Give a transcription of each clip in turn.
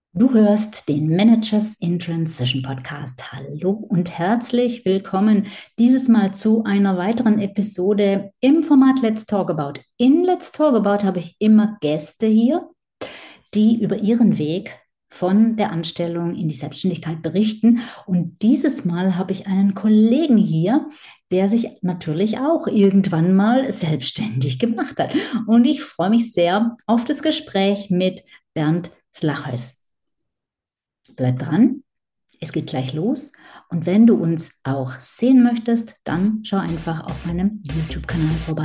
Du hörst den Managers in Transition Podcast. Hallo und herzlich willkommen dieses Mal zu einer weiteren Episode im Format Let's Talk About. In Let's Talk About habe ich immer Gäste hier, die über ihren Weg von der Anstellung in die Selbstständigkeit berichten. Und dieses Mal habe ich einen Kollegen hier, der sich natürlich auch irgendwann mal selbstständig gemacht hat. Und ich freue mich sehr auf das Gespräch mit Bernd Slachers. Bleib dran, es geht gleich los. Und wenn du uns auch sehen möchtest, dann schau einfach auf meinem YouTube-Kanal vorbei.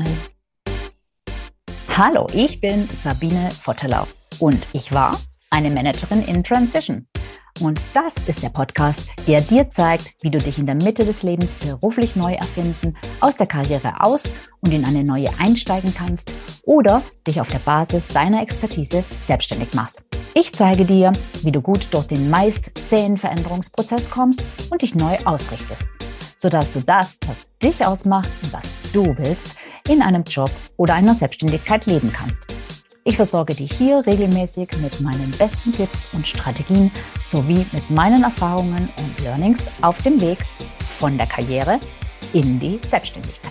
Hallo, ich bin Sabine Vottelau und ich war eine Managerin in Transition. Und das ist der Podcast, der dir zeigt, wie du dich in der Mitte des Lebens beruflich neu erfinden, aus der Karriere aus und in eine neue einsteigen kannst oder dich auf der Basis deiner Expertise selbstständig machst. Ich zeige dir, wie du gut durch den meist zähen Veränderungsprozess kommst und dich neu ausrichtest, sodass du das, was dich ausmacht und was du willst, in einem Job oder einer Selbstständigkeit leben kannst. Ich versorge dich hier regelmäßig mit meinen besten Tipps und Strategien sowie mit meinen Erfahrungen und Learnings auf dem Weg von der Karriere in die Selbstständigkeit.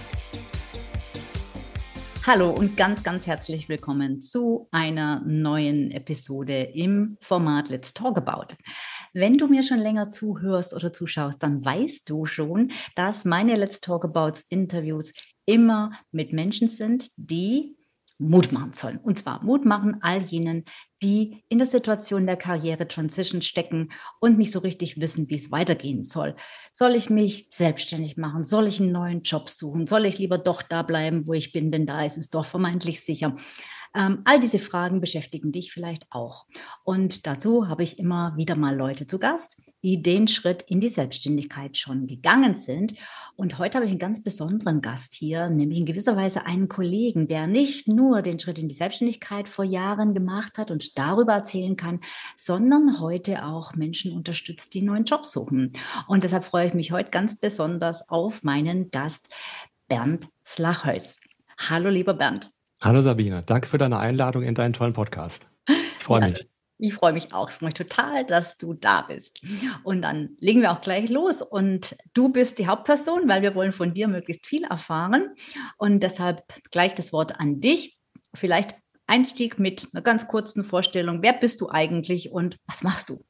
Hallo und ganz herzlich willkommen zu einer neuen Episode im Format Let's Talk About. Wenn du mir schon länger zuhörst oder zuschaust, dann weißt du schon, dass meine Let's Talk About Interviews immer mit Menschen sind, die Mut machen sollen. Und zwar Mut machen all jenen, die in der Situation der Karriere-Transition stecken und nicht so richtig wissen, wie es weitergehen soll. Soll ich mich selbstständig machen? Soll ich einen neuen Job suchen? Soll ich lieber doch da bleiben, wo ich bin, denn da ist es doch vermeintlich sicher? All diese Fragen beschäftigen dich vielleicht auch. Und dazu habe ich immer wieder mal Leute zu Gast, die den Schritt in die Selbstständigkeit schon gegangen sind. Und heute habe ich einen ganz besonderen Gast hier, nämlich in gewisser Weise einen Kollegen, der nicht nur den Schritt in die Selbstständigkeit vor Jahren gemacht hat und darüber erzählen kann, sondern heute auch Menschen unterstützt, die einen neuen Job suchen. Und deshalb freue ich mich heute ganz besonders auf meinen Gast Bernd Slachheus. Hallo, lieber Bernd. Hallo Sabine, danke für deine Einladung in deinen tollen Podcast. Ich freue Ja, mich. ich freue mich auch. Ich freue mich total, dass du da bist. Und dann legen wir auch gleich los. Und du bist die Hauptperson, weil wir wollen von dir möglichst viel erfahren. Und deshalb gleich das Wort an dich. Vielleicht Einstieg mit einer ganz kurzen Vorstellung. Wer bist du eigentlich und was machst du?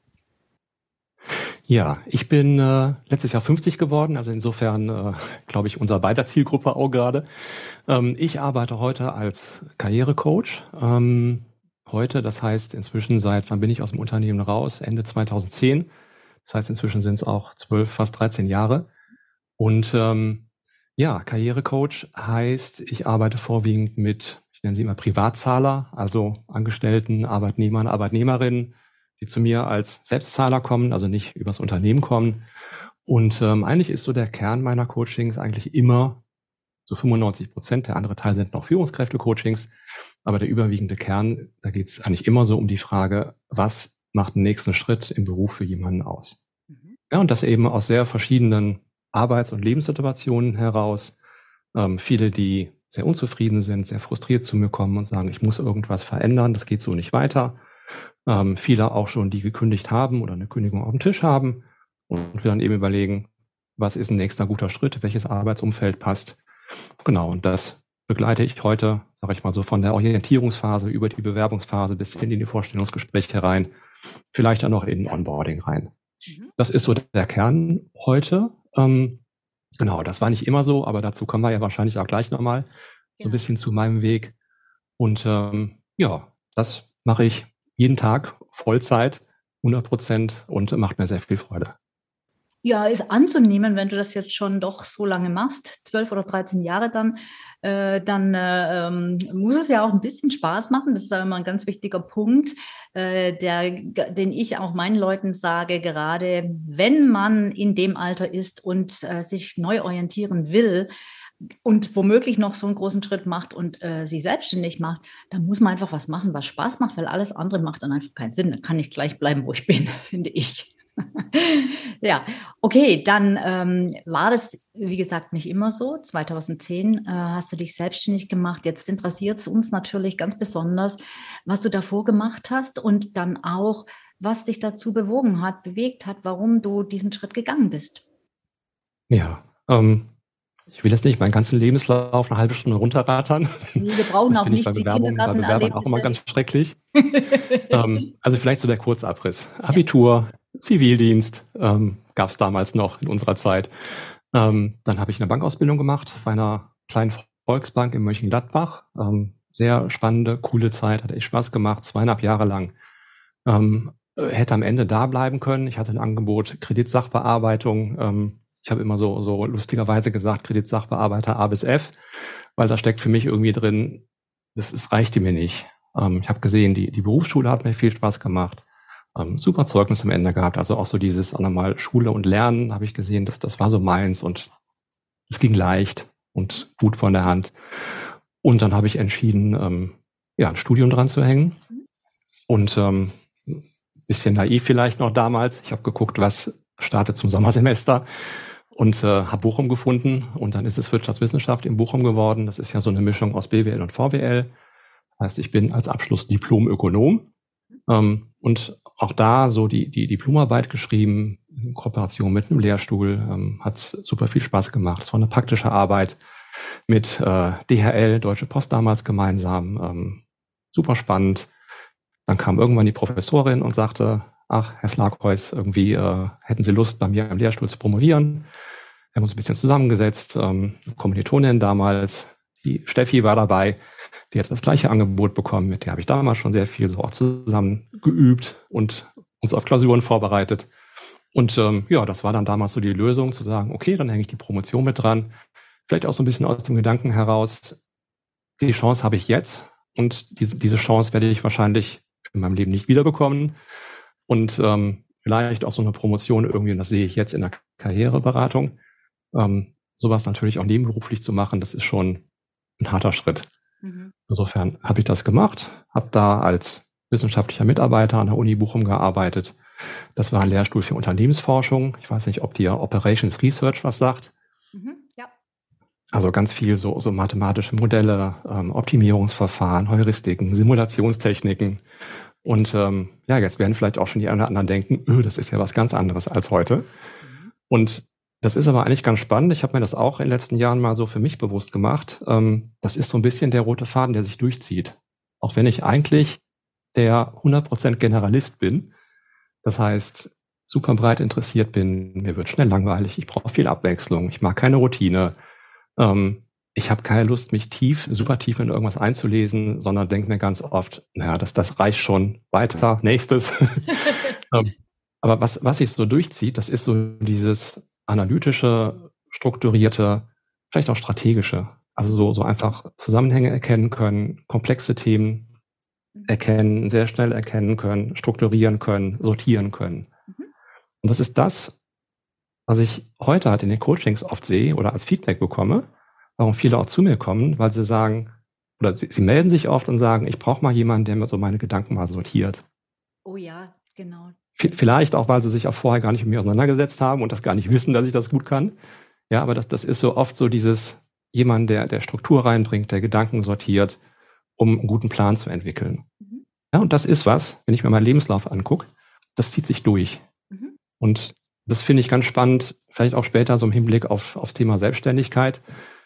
Ja, ich bin letztes Jahr 50 geworden, also insofern glaube ich unser beider Zielgruppe auch gerade. Ich arbeite heute als Karrierecoach. Heute, das heißt inzwischen seit, wann bin ich aus dem Unternehmen raus? Ende 2010. Das heißt inzwischen sind es auch 12, fast 13 Jahre. Und ja, Karrierecoach heißt, ich arbeite vorwiegend mit, ich nenne sie immer Privatzahler, also Angestellten, Arbeitnehmern, Arbeitnehmerinnen, die zu mir als Selbstzahler kommen, also nicht übers Unternehmen kommen. Und eigentlich ist so der Kern meiner Coachings eigentlich immer so 95%. Der andere Teil sind noch Führungskräfte-Coachings. Aber der überwiegende Kern, da geht es eigentlich immer so um die Frage, was macht den nächsten Schritt im Beruf für jemanden aus? Ja, und das eben aus sehr verschiedenen Arbeits- und Lebenssituationen heraus. Viele, die sehr unzufrieden sind, sehr frustriert zu mir kommen und sagen, ich muss irgendwas verändern, das geht so nicht weiter. Viele auch schon, die gekündigt haben oder eine Kündigung auf dem Tisch haben und wir dann eben überlegen, was ist ein nächster guter Schritt, welches Arbeitsumfeld passt. Genau, und das begleite ich heute, sage ich mal so, von der Orientierungsphase über die Bewerbungsphase bis hin in die Vorstellungsgespräche rein, vielleicht dann noch in Onboarding rein. Das ist so der Kern heute. Genau, das war nicht immer so, aber dazu kommen wir ja wahrscheinlich auch gleich nochmal so ein bisschen zu meinem Weg. Und ja, das mache ich jeden Tag, Vollzeit, 100% und macht mir sehr viel Freude. Ja, ist anzunehmen, wenn du das jetzt schon doch so lange machst, 12 oder 13 Jahre dann muss es ja auch ein bisschen Spaß machen. Das ist auch immer ein ganz wichtiger Punkt, den ich auch meinen Leuten sage, gerade wenn man in dem Alter ist und sich neu orientieren will und womöglich noch so einen großen Schritt macht und sich selbstständig macht, dann muss man einfach was machen, was Spaß macht, weil alles andere macht dann einfach keinen Sinn. Da kann ich gleich bleiben, wo ich bin, finde ich. Ja, okay, dann war das, wie gesagt, nicht immer so. 2010 hast du dich selbstständig gemacht. Jetzt interessiert es uns natürlich ganz besonders, was du davor gemacht hast und dann auch, was dich dazu bewogen hat, bewegt hat, warum du diesen Schritt gegangen bist. Ja, ich will jetzt nicht meinen ganzen Lebenslauf eine halbe Stunde runterrattern. Nee, wir brauchen Das auch finde ich nicht bei die Bewerbern auch immer Kindergartenerlebnisse. ganz schrecklich. Also vielleicht so der Kurzabriss. Abitur, Zivildienst gab es damals noch in unserer Zeit. Dann habe ich eine Bankausbildung gemacht bei einer kleinen Volksbank in Mönchengladbach. Sehr spannende, coole Zeit, hat echt Spaß gemacht, 2,5 Jahre lang. Hätte am Ende da bleiben können. Ich hatte ein Angebot Kreditsachbearbeitung. Ich habe immer so lustigerweise gesagt, Kreditsachbearbeiter A bis F, weil da steckt für mich irgendwie drin, das reichte mir nicht. Ich habe gesehen, die Berufsschule hat mir viel Spaß gemacht. Super Zeugnis am Ende gehabt. Also auch so dieses nochmal Schule und Lernen habe ich gesehen, das war so meins und es ging leicht und gut von der Hand. Und dann habe ich entschieden, ein Studium dran zu hängen. Und bisschen naiv vielleicht noch damals. Ich habe geguckt, was startet zum Sommersemester und habe Bochum gefunden. Und dann ist es Wirtschaftswissenschaft in Bochum geworden. Das ist ja so eine Mischung aus BWL und VWL. Das heißt, ich bin als Abschluss Diplom-Ökonom. Und auch da so die Diplomarbeit geschrieben, in Kooperation mit einem Lehrstuhl, hat super viel Spaß gemacht. Es war eine praktische Arbeit mit DHL, Deutsche Post damals gemeinsam. Super spannend. Dann kam irgendwann die Professorin und sagte, ach, Herr Slaghuis, irgendwie hätten Sie Lust, bei mir am Lehrstuhl zu promovieren. Wir haben uns ein bisschen zusammengesetzt. Kommilitonin damals, die Steffi war dabei, die hat das gleiche Angebot bekommen, mit der habe ich damals schon sehr viel so auch zusammen geübt und uns auf Klausuren vorbereitet. Und das war dann damals so die Lösung, zu sagen, okay, dann hänge ich die Promotion mit dran. Vielleicht auch so ein bisschen aus dem Gedanken heraus, die Chance habe ich jetzt und diese Chance werde ich wahrscheinlich in meinem Leben nicht wiederbekommen. Und vielleicht auch so eine Promotion irgendwie, und das sehe ich jetzt in der Karriereberatung, sowas natürlich auch nebenberuflich zu machen, das ist schon ein harter Schritt. Insofern habe ich das gemacht, habe da als wissenschaftlicher Mitarbeiter an der Uni Bochum gearbeitet. Das war ein Lehrstuhl für Unternehmensforschung. Ich weiß nicht, ob dir Operations Research was sagt. Ja. Also ganz viel so mathematische Modelle, Optimierungsverfahren, Heuristiken, Simulationstechniken. Und jetzt werden vielleicht auch schon die einen oder anderen denken, das ist ja was ganz anderes als heute. Und das ist aber eigentlich ganz spannend. Ich habe mir das auch in den letzten Jahren mal so für mich bewusst gemacht. Das ist so ein bisschen der rote Faden, der sich durchzieht. Auch wenn ich eigentlich der 100% Generalist bin. Das heißt, super breit interessiert bin. Mir wird schnell langweilig. Ich brauche viel Abwechslung. Ich mag keine Routine. Ich habe keine Lust, mich super tief in irgendwas einzulesen, sondern denke mir ganz oft, das reicht schon, weiter, nächstes. Aber was sich so durchzieht, das ist so dieses analytische, strukturierte, vielleicht auch strategische. Also so einfach Zusammenhänge erkennen können, komplexe Themen erkennen, sehr schnell erkennen können, strukturieren können, sortieren können. Und das ist das, was ich heute halt in den Coachings oft sehe oder als Feedback bekomme, warum viele auch zu mir kommen, weil sie sagen, oder sie melden sich oft und sagen, ich brauche mal jemanden, der mir so meine Gedanken mal sortiert. Oh ja, genau. Vielleicht auch, weil sie sich auch vorher gar nicht mit mir auseinandergesetzt haben und das gar nicht wissen, dass ich das gut kann. Ja, aber das ist so oft so dieses, jemand, der Struktur reinbringt, der Gedanken sortiert, um einen guten Plan zu entwickeln. Ja, und das ist was, wenn ich mir meinen Lebenslauf angucke, das zieht sich durch. Und das finde ich ganz spannend, vielleicht auch später so im Hinblick aufs Thema Selbstständigkeit,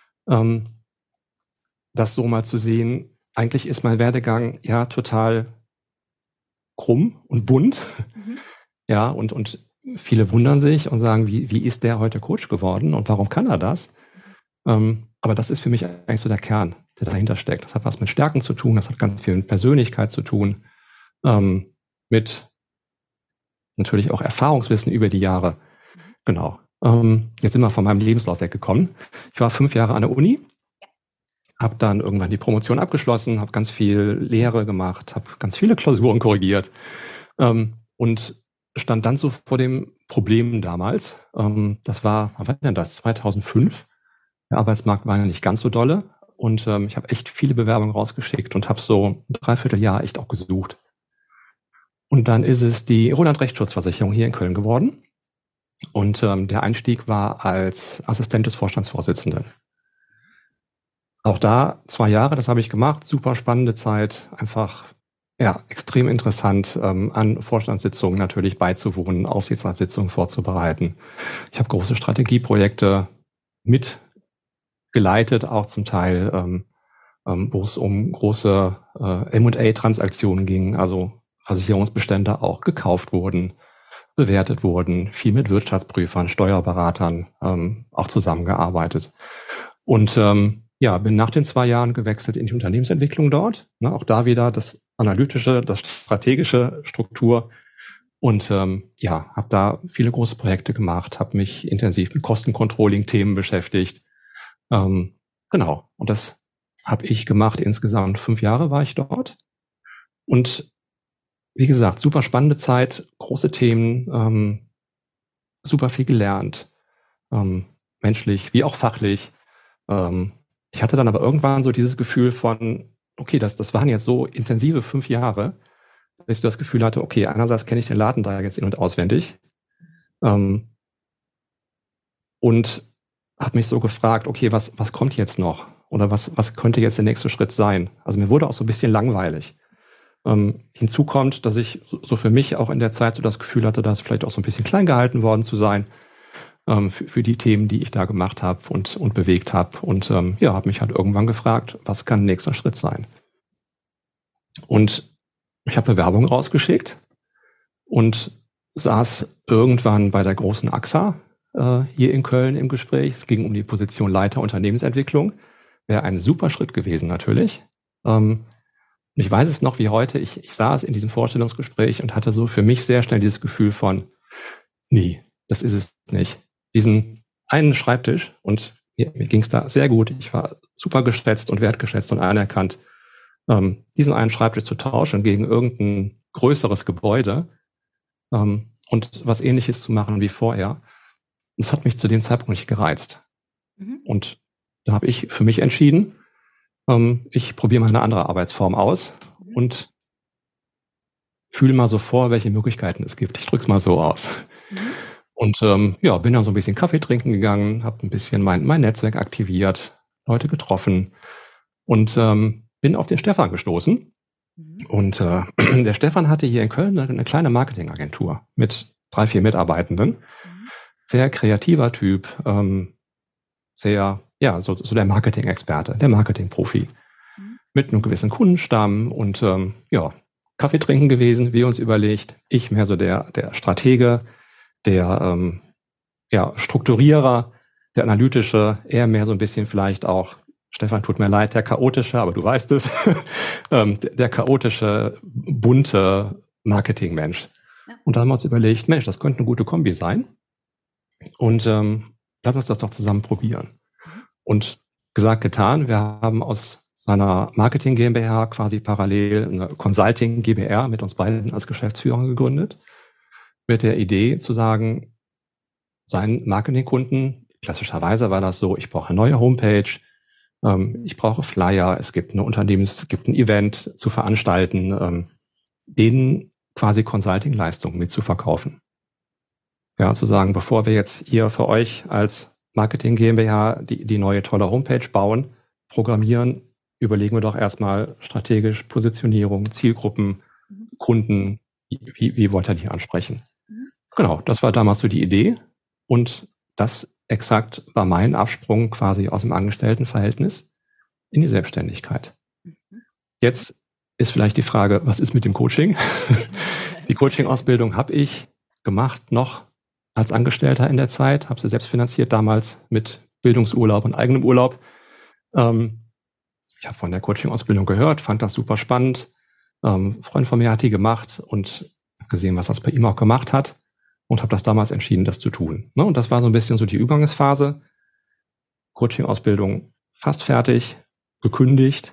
das so mal zu sehen, eigentlich ist mein Werdegang ja total krumm und bunt. Ja, und viele wundern sich und sagen, wie ist der heute Coach geworden und warum kann er das? Aber das ist für mich eigentlich so der Kern, der dahinter steckt. Das hat was mit Stärken zu tun, das hat ganz viel mit Persönlichkeit zu tun, mit natürlich auch Erfahrungswissen über die Jahre. Genau. Jetzt sind wir von meinem Lebenslauf weggekommen. Ich war 5 Jahre an der Uni, habe dann irgendwann die Promotion abgeschlossen, habe ganz viel Lehre gemacht, habe ganz viele Klausuren korrigiert und stand dann so vor dem Problem damals. Das war, wann war denn das? 2005. Der Arbeitsmarkt war ja nicht ganz so dolle und ich habe echt viele Bewerbungen rausgeschickt und habe so ein Dreivierteljahr echt auch gesucht. Und dann ist es die Roland Rechtsschutzversicherung hier in Köln geworden. Und der Einstieg war als Assistent des Vorstandsvorsitzenden. Auch da 2 Jahre, das habe ich gemacht, super spannende Zeit, einfach ja, extrem interessant, an Vorstandssitzungen natürlich beizuwohnen, Aufsichtsratssitzungen vorzubereiten. Ich habe große Strategieprojekte mitgeleitet, auch zum Teil, wo es um große M&A-Transaktionen ging, also Versicherungsbestände auch gekauft wurden, bewertet wurden, viel mit Wirtschaftsprüfern, Steuerberatern auch zusammengearbeitet. Und bin nach den 2 Jahren gewechselt in die Unternehmensentwicklung dort. Ne, auch da wieder das analytische, das strategische Struktur. Und habe da viele große Projekte gemacht, habe mich intensiv mit Kostencontrolling-Themen beschäftigt. Genau, und das habe ich gemacht. Insgesamt 5 Jahre war ich dort. Und wie gesagt, super spannende Zeit, große Themen, super viel gelernt, menschlich wie auch fachlich. Ich hatte dann aber irgendwann so dieses Gefühl von, okay, das waren jetzt so intensive 5 Jahre, dass ich das Gefühl hatte, okay, einerseits kenne ich den Laden da jetzt in- und auswendig und habe mich so gefragt, okay, was kommt jetzt noch? Oder was könnte jetzt der nächste Schritt sein? Also mir wurde auch so ein bisschen langweilig. Hinzu kommt, dass ich so für mich auch in der Zeit so das Gefühl hatte, dass vielleicht auch so ein bisschen klein gehalten worden zu sein für die Themen, die ich da gemacht habe und bewegt habe. Und habe mich halt irgendwann gefragt, was kann der nächste Schritt sein? Und ich habe Bewerbungen rausgeschickt und saß irgendwann bei der großen AXA hier in Köln im Gespräch. Es ging um die Position Leiter Unternehmensentwicklung. Wäre ein super Schritt gewesen natürlich. Und ich weiß es noch wie heute, ich saß in diesem Vorstellungsgespräch und hatte so für mich sehr schnell dieses Gefühl von, nee, das ist es nicht. Diesen einen Schreibtisch, und mir ging es da sehr gut, ich war super geschätzt und wertgeschätzt und anerkannt, diesen einen Schreibtisch zu tauschen gegen irgendein größeres Gebäude und was Ähnliches zu machen wie vorher. Das hat mich zu dem Zeitpunkt nicht gereizt. Und da habe ich für mich entschieden, ich probiere mal eine andere Arbeitsform aus und fühle mal so vor, welche Möglichkeiten es gibt. Ich drücke es mal so aus. Und bin dann so ein bisschen Kaffee trinken gegangen, habe ein bisschen mein Netzwerk aktiviert, Leute getroffen und bin auf den Stefan gestoßen. Und der Stefan hatte hier in Köln eine kleine Marketingagentur mit 3, 4 Mitarbeitenden. Sehr kreativer Typ, sehr, so der Marketing-Experte, der Marketing-Profi. Mit einem gewissen Kundenstamm und Kaffee trinken gewesen, wir uns überlegt. Ich mehr so der Stratege, der Strukturierer, der Analytische, er mehr so ein bisschen vielleicht auch, Stefan, tut mir leid, der Chaotische, aber du weißt es, der chaotische, bunte Marketingmensch. Ja. Und da haben wir uns überlegt, Mensch, das könnte eine gute Kombi sein. Und lass uns das doch zusammen probieren. Und gesagt, getan, wir haben aus seiner Marketing GmbH quasi parallel eine Consulting GbR mit uns beiden als Geschäftsführer gegründet. Mit der Idee zu sagen, seinen Marketingkunden, klassischerweise war das so, ich brauche eine neue Homepage, ich brauche Flyer, es gibt ein Event zu veranstalten, denen quasi Consulting-Leistungen mitzuverkaufen. Ja, zu sagen, bevor wir jetzt hier für euch als Marketing GmbH die neue tolle Homepage bauen, programmieren, überlegen wir doch erstmal strategisch Positionierung, Zielgruppen, Kunden, wie wollt ihr die ansprechen? Genau, das war damals so die Idee und das exakt war mein Absprung quasi aus dem Angestelltenverhältnis in die Selbstständigkeit. Jetzt ist vielleicht die Frage, was ist mit dem Coaching? Die Coaching-Ausbildung habe ich gemacht noch als Angestellter in der Zeit, habe sie selbst finanziert damals mit Bildungsurlaub und eigenem Urlaub. Ich habe von der Coaching-Ausbildung gehört, fand das super spannend. Ein Freund von mir hat die gemacht und gesehen, was das bei ihm auch gemacht hat und habe das damals entschieden, das zu tun. Und das war so ein bisschen so die Übergangsphase. Coaching-Ausbildung fast fertig, gekündigt,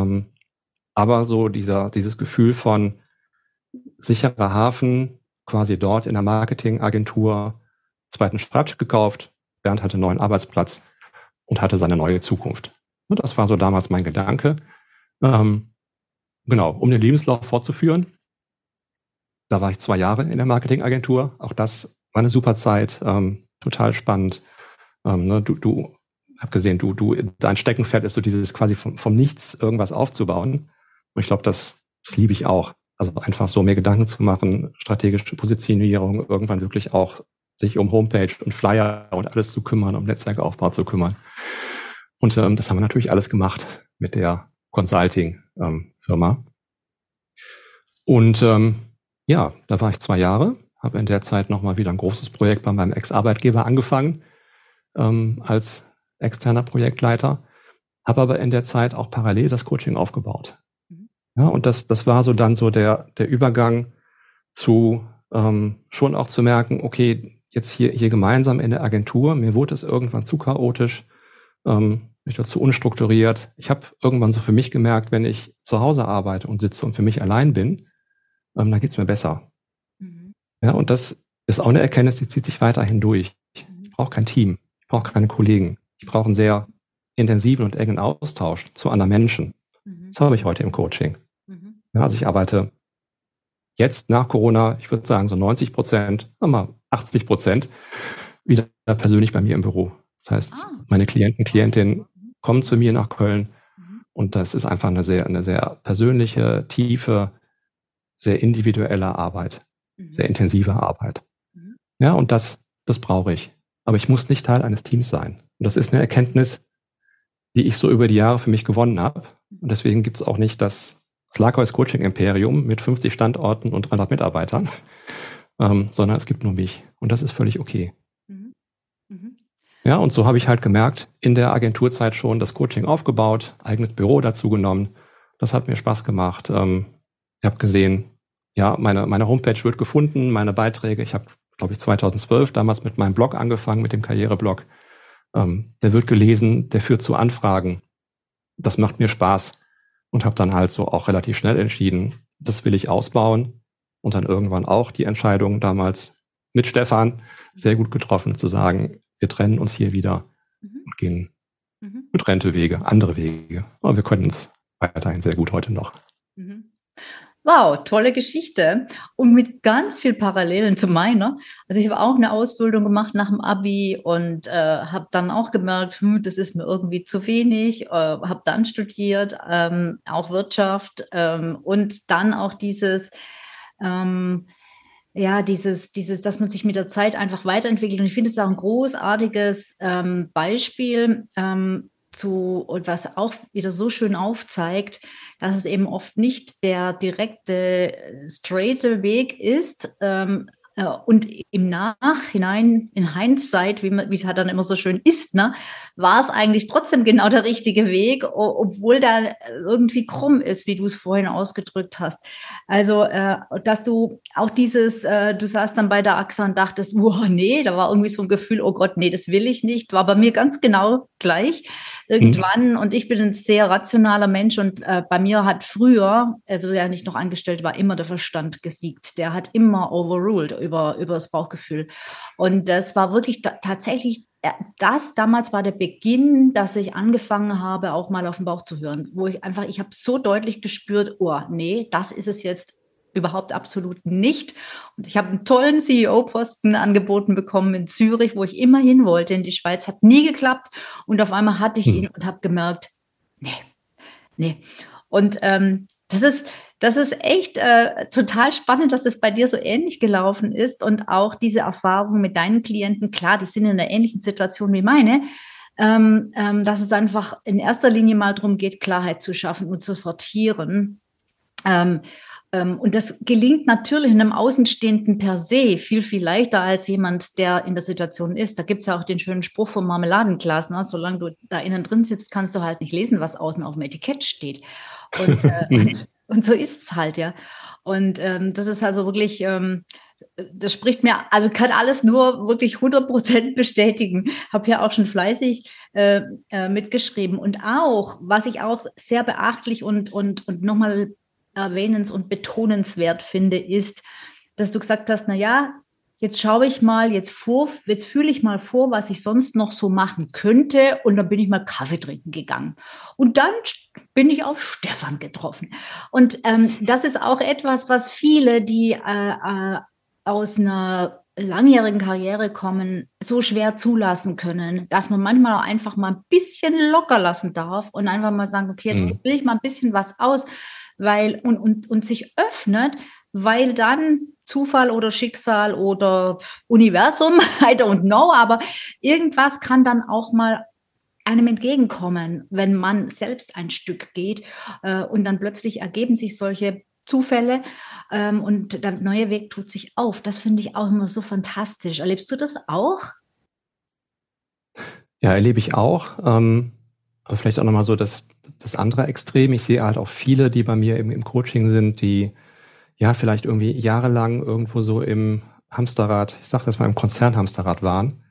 aber so dieses Gefühl von sicherer Hafen, quasi dort in der Marketingagentur, zweiten Schreibtisch gekauft, Bernd hatte einen neuen Arbeitsplatz und hatte seine neue Zukunft. Und das war so damals mein Gedanke. Genau, um den Lebenslauf fortzuführen. Da war ich 2 Jahre in der Marketingagentur. Auch das war eine super Zeit, total spannend. Du hab gesehen, dein Steckenpferd ist so dieses quasi vom Nichts irgendwas aufzubauen. Und ich glaube, das Das liebe ich auch. Also einfach so mir Gedanken zu machen, strategische Positionierung, irgendwann wirklich auch sich um Homepage und Flyer und alles zu kümmern, um Netzwerkaufbau zu kümmern. Und das haben wir natürlich alles gemacht mit der Consulting-Firma. Und ja, da war ich 2 Jahre, habe in der Zeit nochmal wieder ein großes Projekt bei meinem Ex-Arbeitgeber angefangen, als externer Projektleiter, habe aber in der Zeit auch parallel das Coaching aufgebaut. Ja, und das war so dann so der Übergang zu schon auch zu merken, okay, jetzt hier gemeinsam in der Agentur, mir wurde es irgendwann zu chaotisch, ich war zu unstrukturiert. Ich habe irgendwann so für mich gemerkt, wenn ich zu Hause arbeite und sitze und für mich allein bin, dann geht's mir besser. Ja, und das ist auch eine Erkenntnis, die zieht sich weiterhin durch. Ich brauche kein Team, ich brauche keine Kollegen, ich brauche einen sehr intensiven und engen Austausch zu anderen Menschen. Das habe ich heute im Coaching. Ja, also ich arbeite jetzt nach Corona, ich würde sagen so 90%, mal 80% wieder persönlich bei mir im Büro. Das heißt, meine Klientinnen kommen zu mir nach Köln und das ist einfach eine sehr persönliche, tiefe, sehr individuelle Arbeit, sehr intensive Arbeit. Ja, und das brauche ich. Aber ich muss nicht Teil eines Teams sein. Und das ist eine Erkenntnis, die ich so über die Jahre für mich gewonnen habe. Und deswegen gibt es auch nicht das Lakeus Coaching Imperium mit 50 Standorten und 300 Mitarbeitern, sondern es gibt nur mich. Und das ist völlig okay. Ja, und so habe ich halt gemerkt, in der Agenturzeit schon das Coaching aufgebaut, eigenes Büro dazu genommen. Das hat mir Spaß gemacht. Ich habe gesehen, ja, meine Homepage wird gefunden, meine Beiträge. Ich habe, glaube ich, 2012 damals mit meinem Blog angefangen, mit dem Karriereblog. Der wird gelesen, der führt zu Anfragen. Das macht mir Spaß. Und habe dann halt so auch relativ schnell entschieden, das will ich ausbauen. Und dann irgendwann auch die Entscheidung damals mit Stefan sehr gut getroffen, zu sagen, wir trennen uns hier wieder und gehen getrennte Wege, andere Wege. Aber wir können uns weiterhin sehr gut heute noch. Wow, tolle Geschichte und mit ganz viel Parallelen zu meiner. Also ich habe auch eine Ausbildung gemacht nach dem Abi und habe dann auch gemerkt, das ist mir irgendwie zu wenig, habe dann studiert, auch Wirtschaft und dann auch dieses, dass man sich mit der Zeit einfach weiterentwickelt. Und ich finde es auch ein großartiges Beispiel und was auch wieder so schön aufzeigt, dass es eben oft nicht der direkte, straighte Weg ist. Und im Nachhinein, in Hindsight, wie es halt dann immer so schön ist, ne, war es eigentlich trotzdem genau der richtige Weg, obwohl da irgendwie krumm ist, wie du es vorhin ausgedrückt hast. Also, dass du auch du saßt dann bei der AXA und dachtest, nee, da war irgendwie so ein Gefühl, oh Gott, nee, das will ich nicht, war bei mir ganz genau gleich irgendwann. Und ich bin ein sehr rationaler Mensch und bei mir hat früher, also ja nicht noch angestellt war, immer der Verstand gesiegt. Der hat immer overruled über das Bauchgefühl. Und das war wirklich tatsächlich, damals war der Beginn, dass ich angefangen habe, auch mal auf den Bauch zu hören, wo ich habe so deutlich gespürt, oh nee, das ist es jetzt überhaupt absolut nicht. Und ich habe einen tollen CEO-Posten angeboten bekommen in Zürich, wo ich immer hin wollte. In die Schweiz hat nie geklappt. Und auf einmal hatte ich ihn und habe gemerkt, nee. Und das ist echt total spannend, dass es bei dir so ähnlich gelaufen ist und auch diese Erfahrung mit deinen Klienten, klar, die sind in einer ähnlichen Situation wie meine, dass es einfach in erster Linie mal darum geht, Klarheit zu schaffen und zu sortieren. Und das gelingt natürlich einem Außenstehenden per se viel, viel leichter als jemand, der in der Situation ist. Da gibt es ja auch den schönen Spruch vom Marmeladenglas, ne? Solange du da innen drin sitzt, kannst du halt nicht lesen, was außen auf dem Etikett steht. Und so ist es halt, ja. Und das ist also wirklich, das spricht mir, also kann alles nur wirklich 100% bestätigen. Habe ja auch schon fleißig mitgeschrieben. Und auch, was ich auch sehr beachtlich und nochmal erwähnens- und betonenswert finde, ist, dass du gesagt hast, jetzt schaue ich mal, jetzt fühle ich mal vor, was ich sonst noch so machen könnte. Und dann bin ich mal Kaffee trinken gegangen. Und dann bin ich auf Stefan getroffen. Und das ist auch etwas, was viele, die aus einer langjährigen Karriere kommen, so schwer zulassen können, dass man manchmal einfach mal ein bisschen locker lassen darf und einfach mal sagen, okay, jetzt probiere ich mal ein bisschen was aus, und sich öffnet, weil dann Zufall oder Schicksal oder Universum, I don't know, aber irgendwas kann dann auch mal einem entgegenkommen, wenn man selbst ein Stück geht und dann plötzlich ergeben sich solche Zufälle und der neue Weg tut sich auf. Das finde ich auch immer so fantastisch. Erlebst du das auch? Ja, erlebe ich auch. Aber vielleicht auch nochmal so das andere Extrem. Ich sehe halt auch viele, die bei mir im Coaching sind, die ja vielleicht irgendwie jahrelang irgendwo so im Hamsterrad, ich sage das mal im Konzernhamsterrad waren,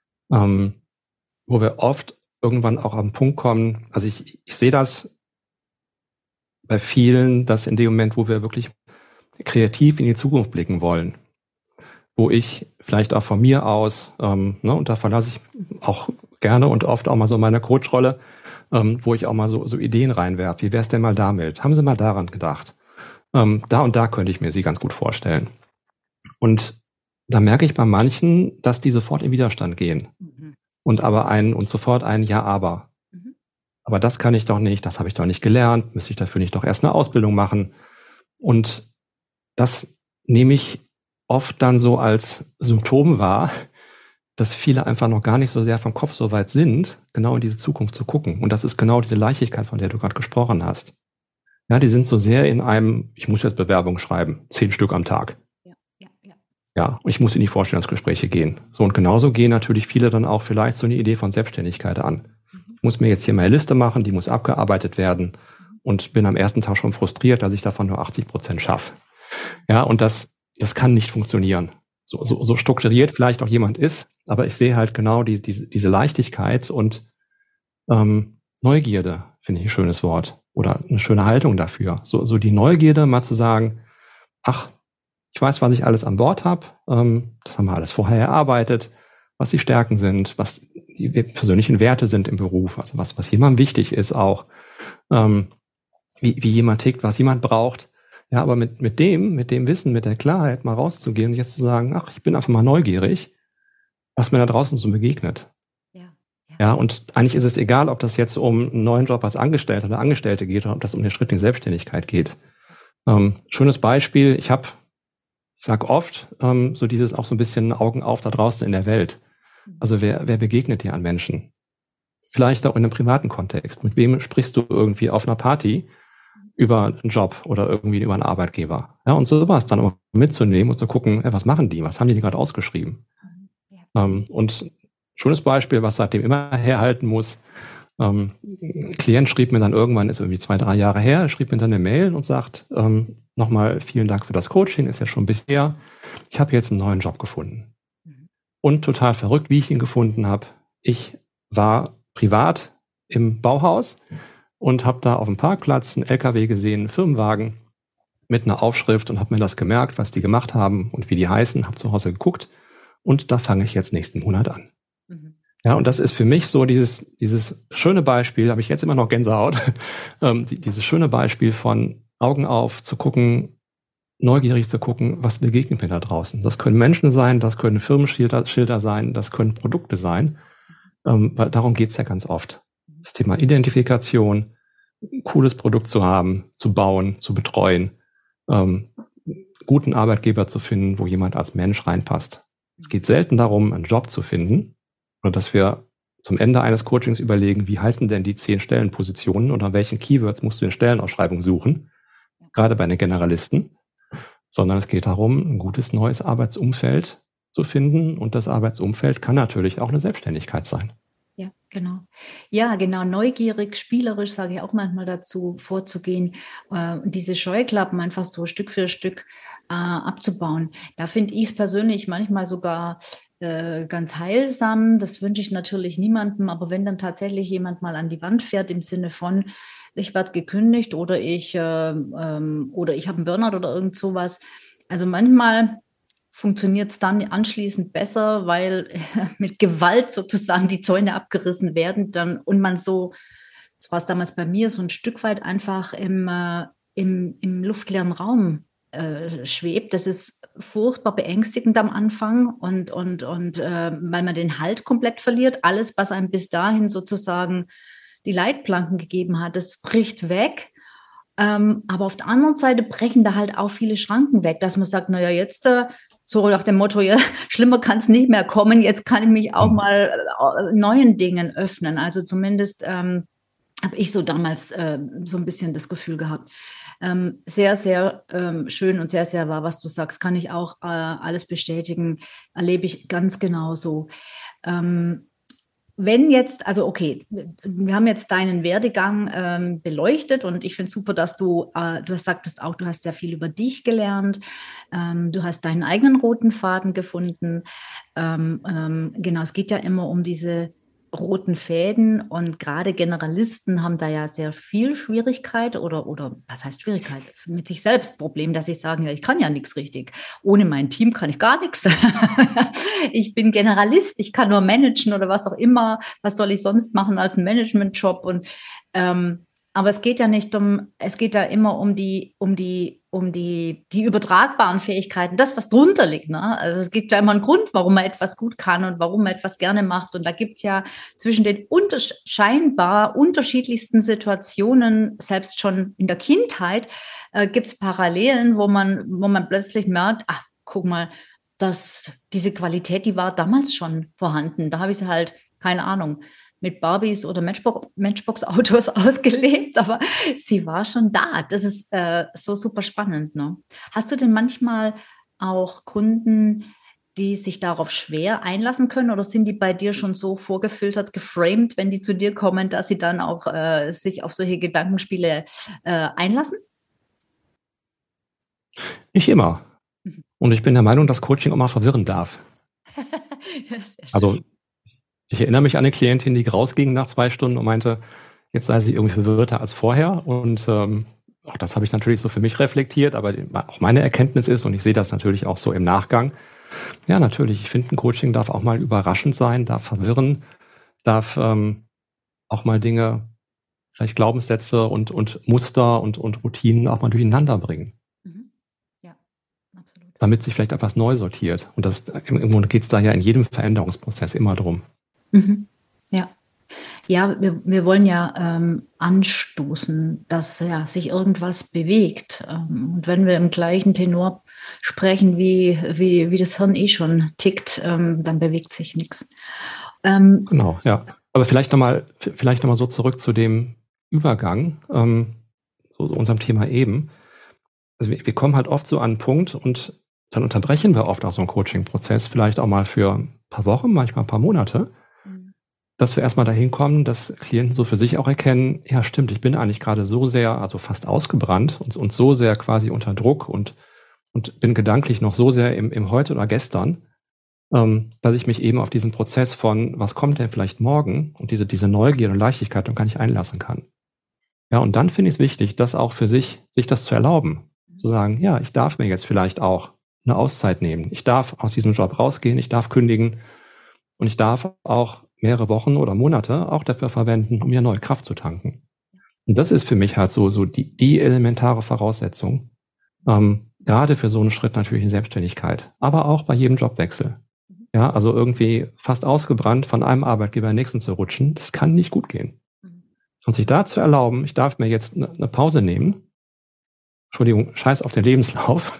wo wir oft irgendwann auch am Punkt kommen, also ich sehe das bei vielen, dass in dem Moment, wo wir wirklich kreativ in die Zukunft blicken wollen, wo ich vielleicht auch von mir aus, und da verlasse ich auch gerne und oft auch mal so meine Coach-Rolle, wo ich auch mal so Ideen reinwerfe. Wie wäre es denn mal damit? Haben Sie mal daran gedacht? Da und da könnte ich mir sie ganz gut vorstellen. Und da merke ich bei manchen, dass die sofort in Widerstand gehen. Und sofort ein Ja, aber. Aber das kann ich doch nicht, das habe ich doch nicht gelernt, müsste ich dafür nicht doch erst eine Ausbildung machen? Und das nehme ich oft dann so als Symptom wahr, dass viele einfach noch gar nicht so sehr vom Kopf so weit sind, genau in diese Zukunft zu gucken. Und das ist genau diese Leichtigkeit, von der du gerade gesprochen hast. Ja, die sind so sehr in einem, ich muss jetzt Bewerbungen schreiben, 10 Stück am Tag. Ja, und ich muss in die Vorstellungsgespräche gehen. So, und genauso gehen natürlich viele dann auch vielleicht so eine Idee von Selbstständigkeit an. Ich muss mir jetzt hier meine Liste machen, die muss abgearbeitet werden und bin am ersten Tag schon frustriert, dass ich davon nur 80% schaffe. Ja, und das kann nicht funktionieren. So strukturiert vielleicht auch jemand ist, aber ich sehe halt genau diese Leichtigkeit und Neugierde, finde ich ein schönes Wort oder eine schöne Haltung dafür. So die Neugierde, mal zu sagen, ach, ich weiß, was ich alles an Bord habe, das haben wir alles vorher erarbeitet, was die Stärken sind, was die persönlichen Werte sind im Beruf, also was jemandem wichtig ist auch, wie jemand tickt, was jemand braucht. Ja, aber mit dem Wissen, mit der Klarheit mal rauszugehen und jetzt zu sagen, ach, ich bin einfach mal neugierig, was mir da draußen so begegnet. Ja, und eigentlich ist es egal, ob das jetzt um einen neuen Job als Angestellter oder Angestellte geht oder ob das um den Schritt in die Selbstständigkeit geht. Schönes Beispiel, ich sag oft, so dieses auch so ein bisschen Augen auf da draußen in der Welt. Also wer begegnet dir an Menschen? Vielleicht auch in einem privaten Kontext. Mit wem sprichst du irgendwie auf einer Party über einen Job oder irgendwie über einen Arbeitgeber? Ja, und sowas dann auch mitzunehmen und zu gucken, was machen die? Was haben die gerade ausgeschrieben? Und schönes Beispiel, was seitdem immer herhalten muss. Ein Klient schrieb mir dann irgendwann, ist irgendwie 2-3 Jahre her, schrieb mir dann eine Mail und sagt, nochmal vielen Dank für das Coaching, ist ja schon bisher. Ich habe jetzt einen neuen Job gefunden. Und total verrückt, wie ich ihn gefunden habe. Ich war privat im Bauhaus und habe da auf dem Parkplatz einen LKW gesehen, einen Firmenwagen mit einer Aufschrift und habe mir das gemerkt, was die gemacht haben und wie die heißen, habe zu Hause geguckt und da fange ich jetzt nächsten Monat an. Ja, und das ist für mich so dieses schöne Beispiel, habe ich jetzt immer noch Gänsehaut, dieses schöne Beispiel von Augen auf zu gucken, neugierig zu gucken, was begegnet mir da draußen. Das können Menschen sein, das können Firmenschilder sein, das können Produkte sein, weil darum geht's ja ganz oft. Das Thema Identifikation, ein cooles Produkt zu haben, zu bauen, zu betreuen, guten Arbeitgeber zu finden, wo jemand als Mensch reinpasst. Es geht selten darum, einen Job zu finden, oder dass wir zum Ende eines Coachings überlegen, wie heißen denn die 10 Stellenpositionen oder welchen Keywords musst du in Stellenausschreibung suchen, gerade bei den Generalisten, sondern es geht darum, ein gutes neues Arbeitsumfeld zu finden und das Arbeitsumfeld kann natürlich auch eine Selbstständigkeit sein. Ja, genau. Ja, genau. Neugierig, spielerisch, sage ich auch manchmal dazu, vorzugehen und diese Scheuklappen einfach so Stück für Stück abzubauen. Da finde ich es persönlich manchmal sogar ganz heilsam. Das wünsche ich natürlich niemandem, aber wenn dann tatsächlich jemand mal an die Wand fährt im Sinne von, ich werde gekündigt oder ich habe einen Burnout oder irgend sowas. Also manchmal funktioniert es dann anschließend besser, weil mit Gewalt sozusagen die Zäune abgerissen werden dann und man so war es damals bei mir, so ein Stück weit einfach im luftleeren Raum schwebt. Das ist furchtbar beängstigend am Anfang und weil man den Halt komplett verliert. Alles, was einem bis dahin sozusagen die Leitplanken gegeben hat, das bricht weg. Aber auf der anderen Seite brechen da halt auch viele Schranken weg, dass man sagt, naja, jetzt so nach dem Motto, ja, schlimmer kann es nicht mehr kommen, jetzt kann ich mich auch mal neuen Dingen öffnen. Also zumindest habe ich so damals so ein bisschen das Gefühl gehabt. Sehr, sehr schön und sehr, sehr wahr, was du sagst, kann ich auch alles bestätigen, erlebe ich ganz genauso. Wenn jetzt, also okay, wir haben jetzt deinen Werdegang beleuchtet und ich finde es super, dass du sagtest auch, du hast sehr viel über dich gelernt, du hast deinen eigenen roten Faden gefunden. Genau, es geht ja immer um diese roten Fäden und gerade Generalisten haben da ja sehr viel Schwierigkeit oder was heißt Schwierigkeit? Mit sich selbst Problem, dass sie sagen, ja, ich kann ja nichts richtig. Ohne mein Team kann ich gar nichts. Ich bin Generalist, ich kann nur managen oder was auch immer. Was soll ich sonst machen als ein Managementjob? Und aber es geht ja nicht es geht ja immer um die übertragbaren Fähigkeiten, das, was drunter liegt. Ne? Also es gibt ja immer einen Grund, warum man etwas gut kann und warum man etwas gerne macht. Und da gibt es ja zwischen den scheinbar unterschiedlichsten Situationen, selbst schon in der Kindheit, gibt es Parallelen, wo man plötzlich merkt, ach, guck mal, diese Qualität, die war damals schon vorhanden. Da habe ich sie halt, keine Ahnung, mit Barbies oder Matchbox-Autos ausgelebt, aber sie war schon da. Das ist so super spannend. Ne? Hast du denn manchmal auch Kunden, die sich darauf schwer einlassen können oder sind die bei dir schon so vorgefiltert, geframed, wenn die zu dir kommen, dass sie dann auch sich auf solche Gedankenspiele einlassen? Nicht immer. Und ich bin der Meinung, dass Coaching auch mal verwirren darf. Ja, also ich erinnere mich an eine Klientin, die rausging nach 2 Stunden und meinte, jetzt sei sie irgendwie verwirrter als vorher. Und auch das habe ich natürlich so für mich reflektiert, aber auch meine Erkenntnis ist, und ich sehe das natürlich auch so im Nachgang, ja natürlich, ich finde, ein Coaching darf auch mal überraschend sein, darf verwirren, darf auch mal Dinge, vielleicht Glaubenssätze und Muster und Routinen auch mal durcheinander bringen. Ja, absolut. Damit sich vielleicht etwas neu sortiert. Und irgendwo geht es da ja in jedem Veränderungsprozess immer drum. Mhm. Ja. Ja, wir wollen ja anstoßen, dass sich irgendwas bewegt. Und wenn wir im gleichen Tenor sprechen, wie das Hirn schon tickt, dann bewegt sich nichts. Genau, ja. Aber vielleicht noch mal so zurück zu dem Übergang, so unserem Thema eben. Also wir kommen halt oft so an einen Punkt und dann unterbrechen wir oft auch so einen Coaching-Prozess, vielleicht auch mal für ein paar Wochen, manchmal ein paar Monate, dass wir erstmal dahin kommen, dass Klienten so für sich auch erkennen, ja stimmt, ich bin eigentlich gerade so sehr, also fast ausgebrannt und so sehr quasi unter Druck und bin gedanklich noch so sehr im Heute oder Gestern, dass ich mich eben auf diesen Prozess von, was kommt denn vielleicht morgen und diese Neugier und Leichtigkeit dann gar nicht einlassen kann. Ja, und dann finde ich es wichtig, das auch für sich das zu erlauben. Zu sagen, ja, ich darf mir jetzt vielleicht auch eine Auszeit nehmen. Ich darf aus diesem Job rausgehen, ich darf kündigen und ich darf auch mehrere Wochen oder Monate auch dafür verwenden, um mir neue Kraft zu tanken. Und das ist für mich halt so die elementare Voraussetzung, gerade für so einen Schritt natürlich in Selbstständigkeit, aber auch bei jedem Jobwechsel. Ja, also irgendwie fast ausgebrannt von einem Arbeitgeber in den nächsten zu rutschen, das kann nicht gut gehen. Und sich da zu erlauben, ich darf mir jetzt eine Pause nehmen, Entschuldigung, scheiß auf den Lebenslauf.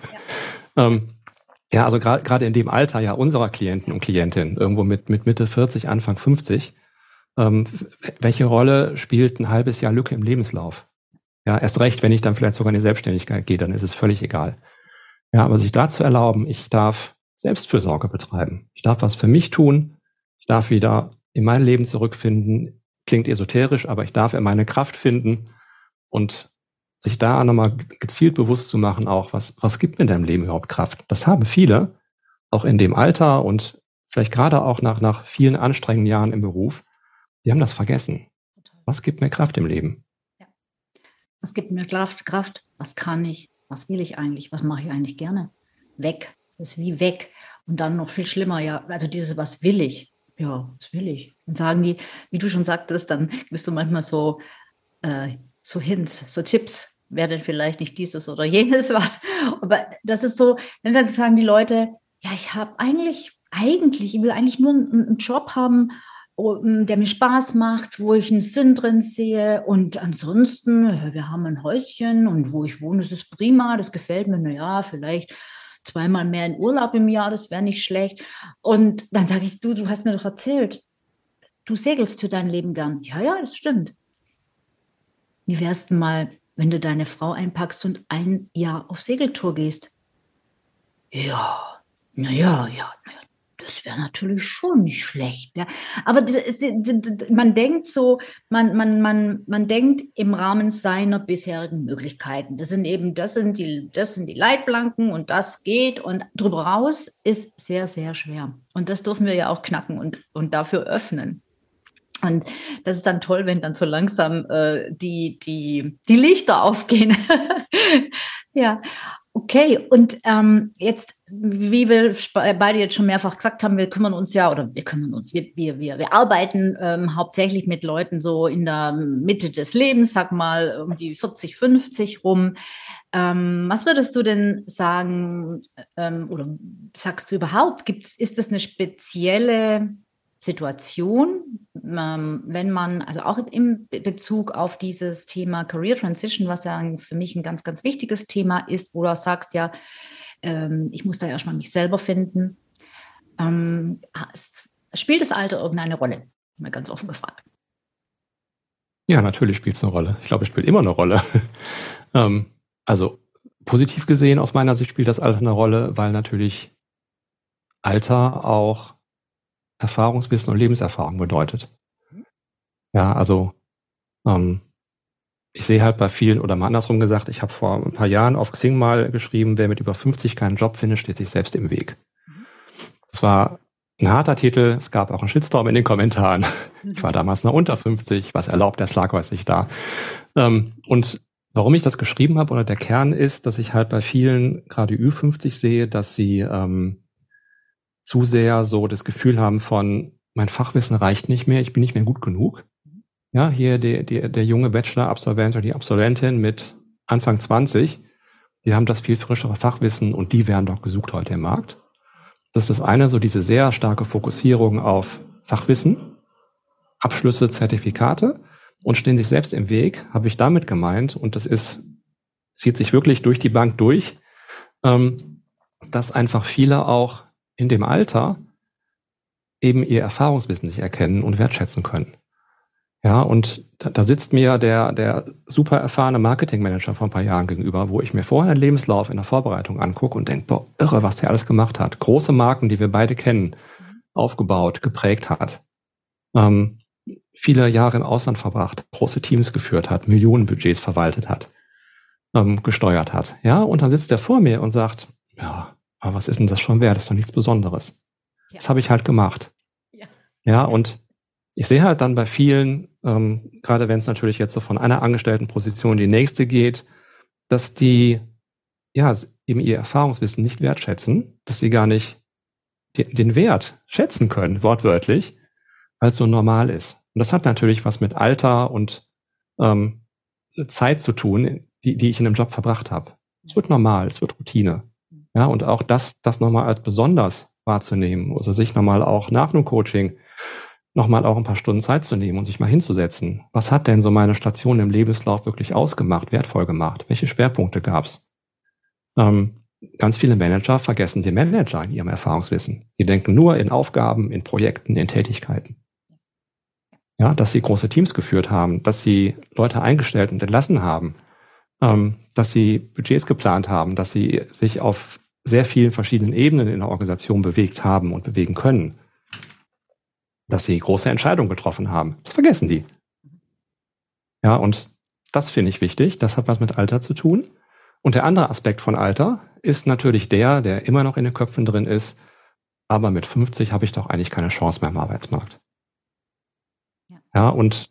Ja, also gerade in dem Alter ja unserer Klienten und Klientinnen, irgendwo mit Mitte 40, Anfang 50, welche Rolle spielt ein halbes Jahr Lücke im Lebenslauf? Ja, erst recht, wenn ich dann vielleicht sogar in die Selbstständigkeit gehe, dann ist es völlig egal. Ja, aber sich da zu erlauben, ich darf Selbstfürsorge betreiben. Ich darf was für mich tun. Ich darf wieder in mein Leben zurückfinden. Klingt esoterisch, aber ich darf in meine Kraft finden und sich da nochmal gezielt bewusst zu machen, auch was gibt mir in deinem Leben überhaupt Kraft? Das haben viele, auch in dem Alter und vielleicht gerade auch nach vielen anstrengenden Jahren im Beruf, die haben das vergessen. Was gibt mir Kraft im Leben? Ja. Was gibt mir Kraft? Was kann ich? Was will ich eigentlich? Was mache ich eigentlich gerne? Weg. Das ist wie weg. Und dann noch viel schlimmer, ja, also dieses, was will ich? Ja, was will ich? Und sagen die, wie du schon sagtest, dann bist du manchmal so Hints, so Tipps, wäre denn vielleicht nicht dieses oder jenes was. Aber das ist so, dann sagen die Leute, ja, ich habe ich will eigentlich nur einen Job haben, der mir Spaß macht, wo ich einen Sinn drin sehe. Und ansonsten, wir haben ein Häuschen und wo ich wohne, das ist prima, das gefällt mir. Naja, vielleicht 2-mal mehr in Urlaub im Jahr, das wäre nicht schlecht. Und dann sage ich, du hast mir doch erzählt, du segelst für dein Leben gern. Ja, das stimmt. Wie wär's denn mal, wenn du deine Frau einpackst und 1 Jahr auf Segeltour gehst? Ja, naja, das wäre natürlich schon nicht schlecht. Ja. Aber man denkt so, man denkt im Rahmen seiner bisherigen Möglichkeiten. Das sind die Leitplanken und das geht. Und drüber raus ist sehr, sehr schwer. Und das dürfen wir ja auch knacken und dafür öffnen. Und das ist dann toll, wenn dann so langsam die Lichter aufgehen. Ja, okay. Und jetzt, wie wir beide jetzt schon mehrfach gesagt haben, wir arbeiten hauptsächlich mit Leuten so in der Mitte des Lebens, sag mal um die 40, 50 rum. Was würdest du denn sagen, oder sagst du überhaupt, ist das eine spezielle Situation, wenn man, also auch im Bezug auf dieses Thema Career Transition, was ja für mich ein ganz, ganz wichtiges Thema ist, wo du sagst, ja, ich muss da erstmal mich selber finden. Spielt das Alter irgendeine Rolle? Mal ganz offen gefragt. Ja, natürlich spielt es eine Rolle. Ich glaube, es spielt immer eine Rolle. Also positiv gesehen, aus meiner Sicht spielt das Alter eine Rolle, weil natürlich Alter auch Erfahrungswissen und Lebenserfahrung bedeutet. Ja, also ich sehe halt bei vielen, oder mal andersrum gesagt, ich habe vor ein paar Jahren auf Xing mal geschrieben, wer mit über 50 keinen Job findet, steht sich selbst im Weg. Das war ein harter Titel, es gab auch einen Shitstorm in den Kommentaren. Ich war damals noch unter 50, was erlaubt, der lag weiß nicht da. Und warum ich das geschrieben habe, oder der Kern ist, dass ich halt bei vielen, gerade Ü50 sehe, dass sie zu sehr so das Gefühl haben von, mein Fachwissen reicht nicht mehr, ich bin nicht mehr gut genug. Ja, hier der junge Bachelor-Absolvent oder die Absolventin mit Anfang 20, die haben das viel frischere Fachwissen und die werden doch gesucht heute im Markt. Das ist das eine, so diese sehr starke Fokussierung auf Fachwissen, Abschlüsse, Zertifikate und stehen sich selbst im Weg, habe ich damit gemeint, und das zieht sich wirklich durch die Bank durch, dass einfach viele auch in dem Alter eben ihr Erfahrungswissen nicht erkennen und wertschätzen können. Ja, und da sitzt mir der super erfahrene Marketingmanager vor ein paar Jahren gegenüber, wo ich mir vorher einen Lebenslauf in der Vorbereitung angucke und denke, boah, irre, was der alles gemacht hat. Große Marken, die wir beide kennen, aufgebaut, geprägt hat. Viele Jahre im Ausland verbracht, große Teams geführt hat, Millionenbudgets verwaltet hat, gesteuert hat. Ja, und dann sitzt er vor mir und sagt, ja, aber was ist denn das schon wert? Das ist doch nichts Besonderes. Ja. Das habe ich halt gemacht. Ja, und ich sehe halt dann bei vielen, gerade wenn es natürlich jetzt so von einer Angestelltenposition in die nächste geht, dass die ja eben ihr Erfahrungswissen nicht wertschätzen, dass sie gar nicht den Wert schätzen können, wortwörtlich, weil es so normal ist. Und das hat natürlich was mit Alter und Zeit zu tun, die ich in einem Job verbracht habe. Es wird normal, es wird Routine. Ja, und auch das nochmal als besonders wahrzunehmen, also sich nochmal auch nach einem Coaching nochmal auch ein paar Stunden Zeit zu nehmen und sich mal hinzusetzen. Was hat denn so meine Station im Lebenslauf wirklich ausgemacht, wertvoll gemacht? Welche Schwerpunkte gab's? Ganz viele Manager vergessen den Manager in ihrem Erfahrungswissen. Die denken nur in Aufgaben, in Projekten, in Tätigkeiten. Ja, dass sie große Teams geführt haben, dass sie Leute eingestellt und entlassen haben, dass sie Budgets geplant haben, dass sie sich auf sehr vielen verschiedenen Ebenen in der Organisation bewegt haben und bewegen können, dass sie große Entscheidungen getroffen haben. Das vergessen die. Ja, und das finde ich wichtig. Das hat was mit Alter zu tun. Und der andere Aspekt von Alter ist natürlich der immer noch in den Köpfen drin ist, aber mit 50 habe ich doch eigentlich keine Chance mehr im Arbeitsmarkt. Ja, und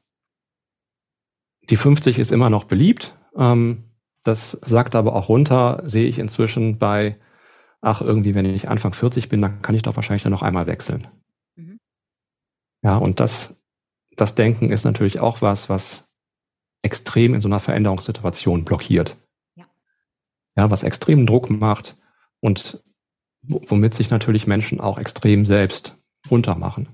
die 50 ist immer noch beliebt. Das sagt aber auch runter, sehe ich inzwischen bei, irgendwie, wenn ich Anfang 40 bin, dann kann ich doch wahrscheinlich dann noch einmal wechseln. Mhm. Ja, und das Denken ist natürlich auch was extrem in so einer Veränderungssituation blockiert. Ja, was extremen Druck macht und womit sich natürlich Menschen auch extrem selbst runtermachen.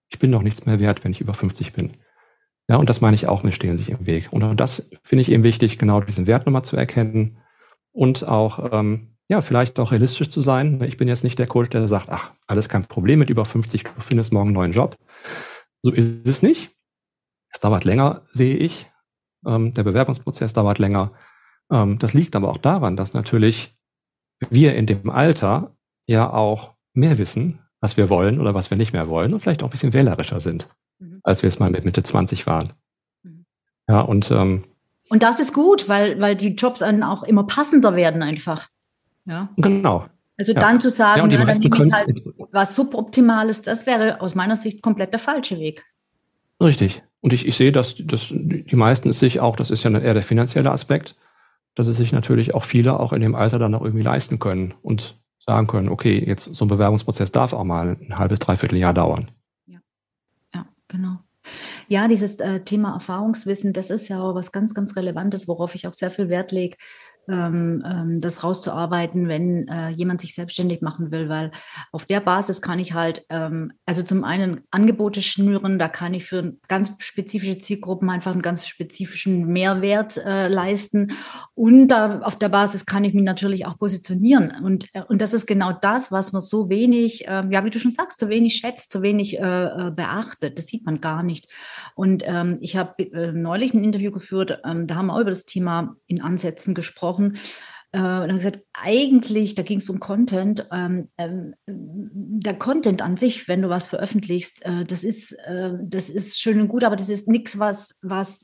ich bin doch nichts mehr wert, wenn ich über 50 bin. Ja, und das meine ich auch mit stehen sich im Weg. Und das finde ich eben wichtig, genau diesen Wert nochmal zu erkennen und auch, vielleicht auch realistisch zu sein. Ich bin jetzt nicht der Coach, der sagt, ach, alles kein Problem mit über 50, du findest morgen einen neuen Job. So ist es nicht. Es dauert länger, sehe ich. Der Bewerbungsprozess dauert länger. Das liegt aber auch daran, dass natürlich wir in dem Alter ja auch mehr wissen, was wir wollen oder was wir nicht mehr wollen und vielleicht auch ein bisschen wählerischer sind, als wir es mal mit Mitte 20 waren. Ja, und das ist gut, weil die Jobs dann auch immer passender werden einfach. Ja. Genau. Also dann zu sagen, dann nehme ich halt was Suboptimales, das wäre aus meiner Sicht komplett der falsche Weg. Richtig. Und ich sehe, dass die meisten es sich auch, das ist ja eher der finanzielle Aspekt, dass es sich natürlich auch viele auch in dem Alter dann auch irgendwie leisten können und sagen können, okay, jetzt so ein Bewerbungsprozess darf auch mal ein halbes, dreiviertel Jahr dauern. Ja, genau. Ja, dieses Thema Erfahrungswissen, das ist ja auch was ganz, ganz Relevantes, worauf ich auch sehr viel Wert lege, das rauszuarbeiten, wenn jemand sich selbstständig machen will, weil auf der Basis kann ich halt, also zum einen Angebote schnüren, da kann ich für ganz spezifische Zielgruppen einfach einen ganz spezifischen Mehrwert leisten und auf der Basis kann ich mich natürlich auch positionieren und das ist genau das, was man so wenig, wie du schon sagst, so wenig schätzt, so wenig beachtet, das sieht man gar nicht und ich habe neulich ein Interview geführt, da haben wir auch über das Thema in Ansätzen gesprochen. Und haben gesagt, eigentlich, da ging es um Content. Der Content an sich, wenn du was veröffentlichst, das ist schön und gut, aber das ist nichts, was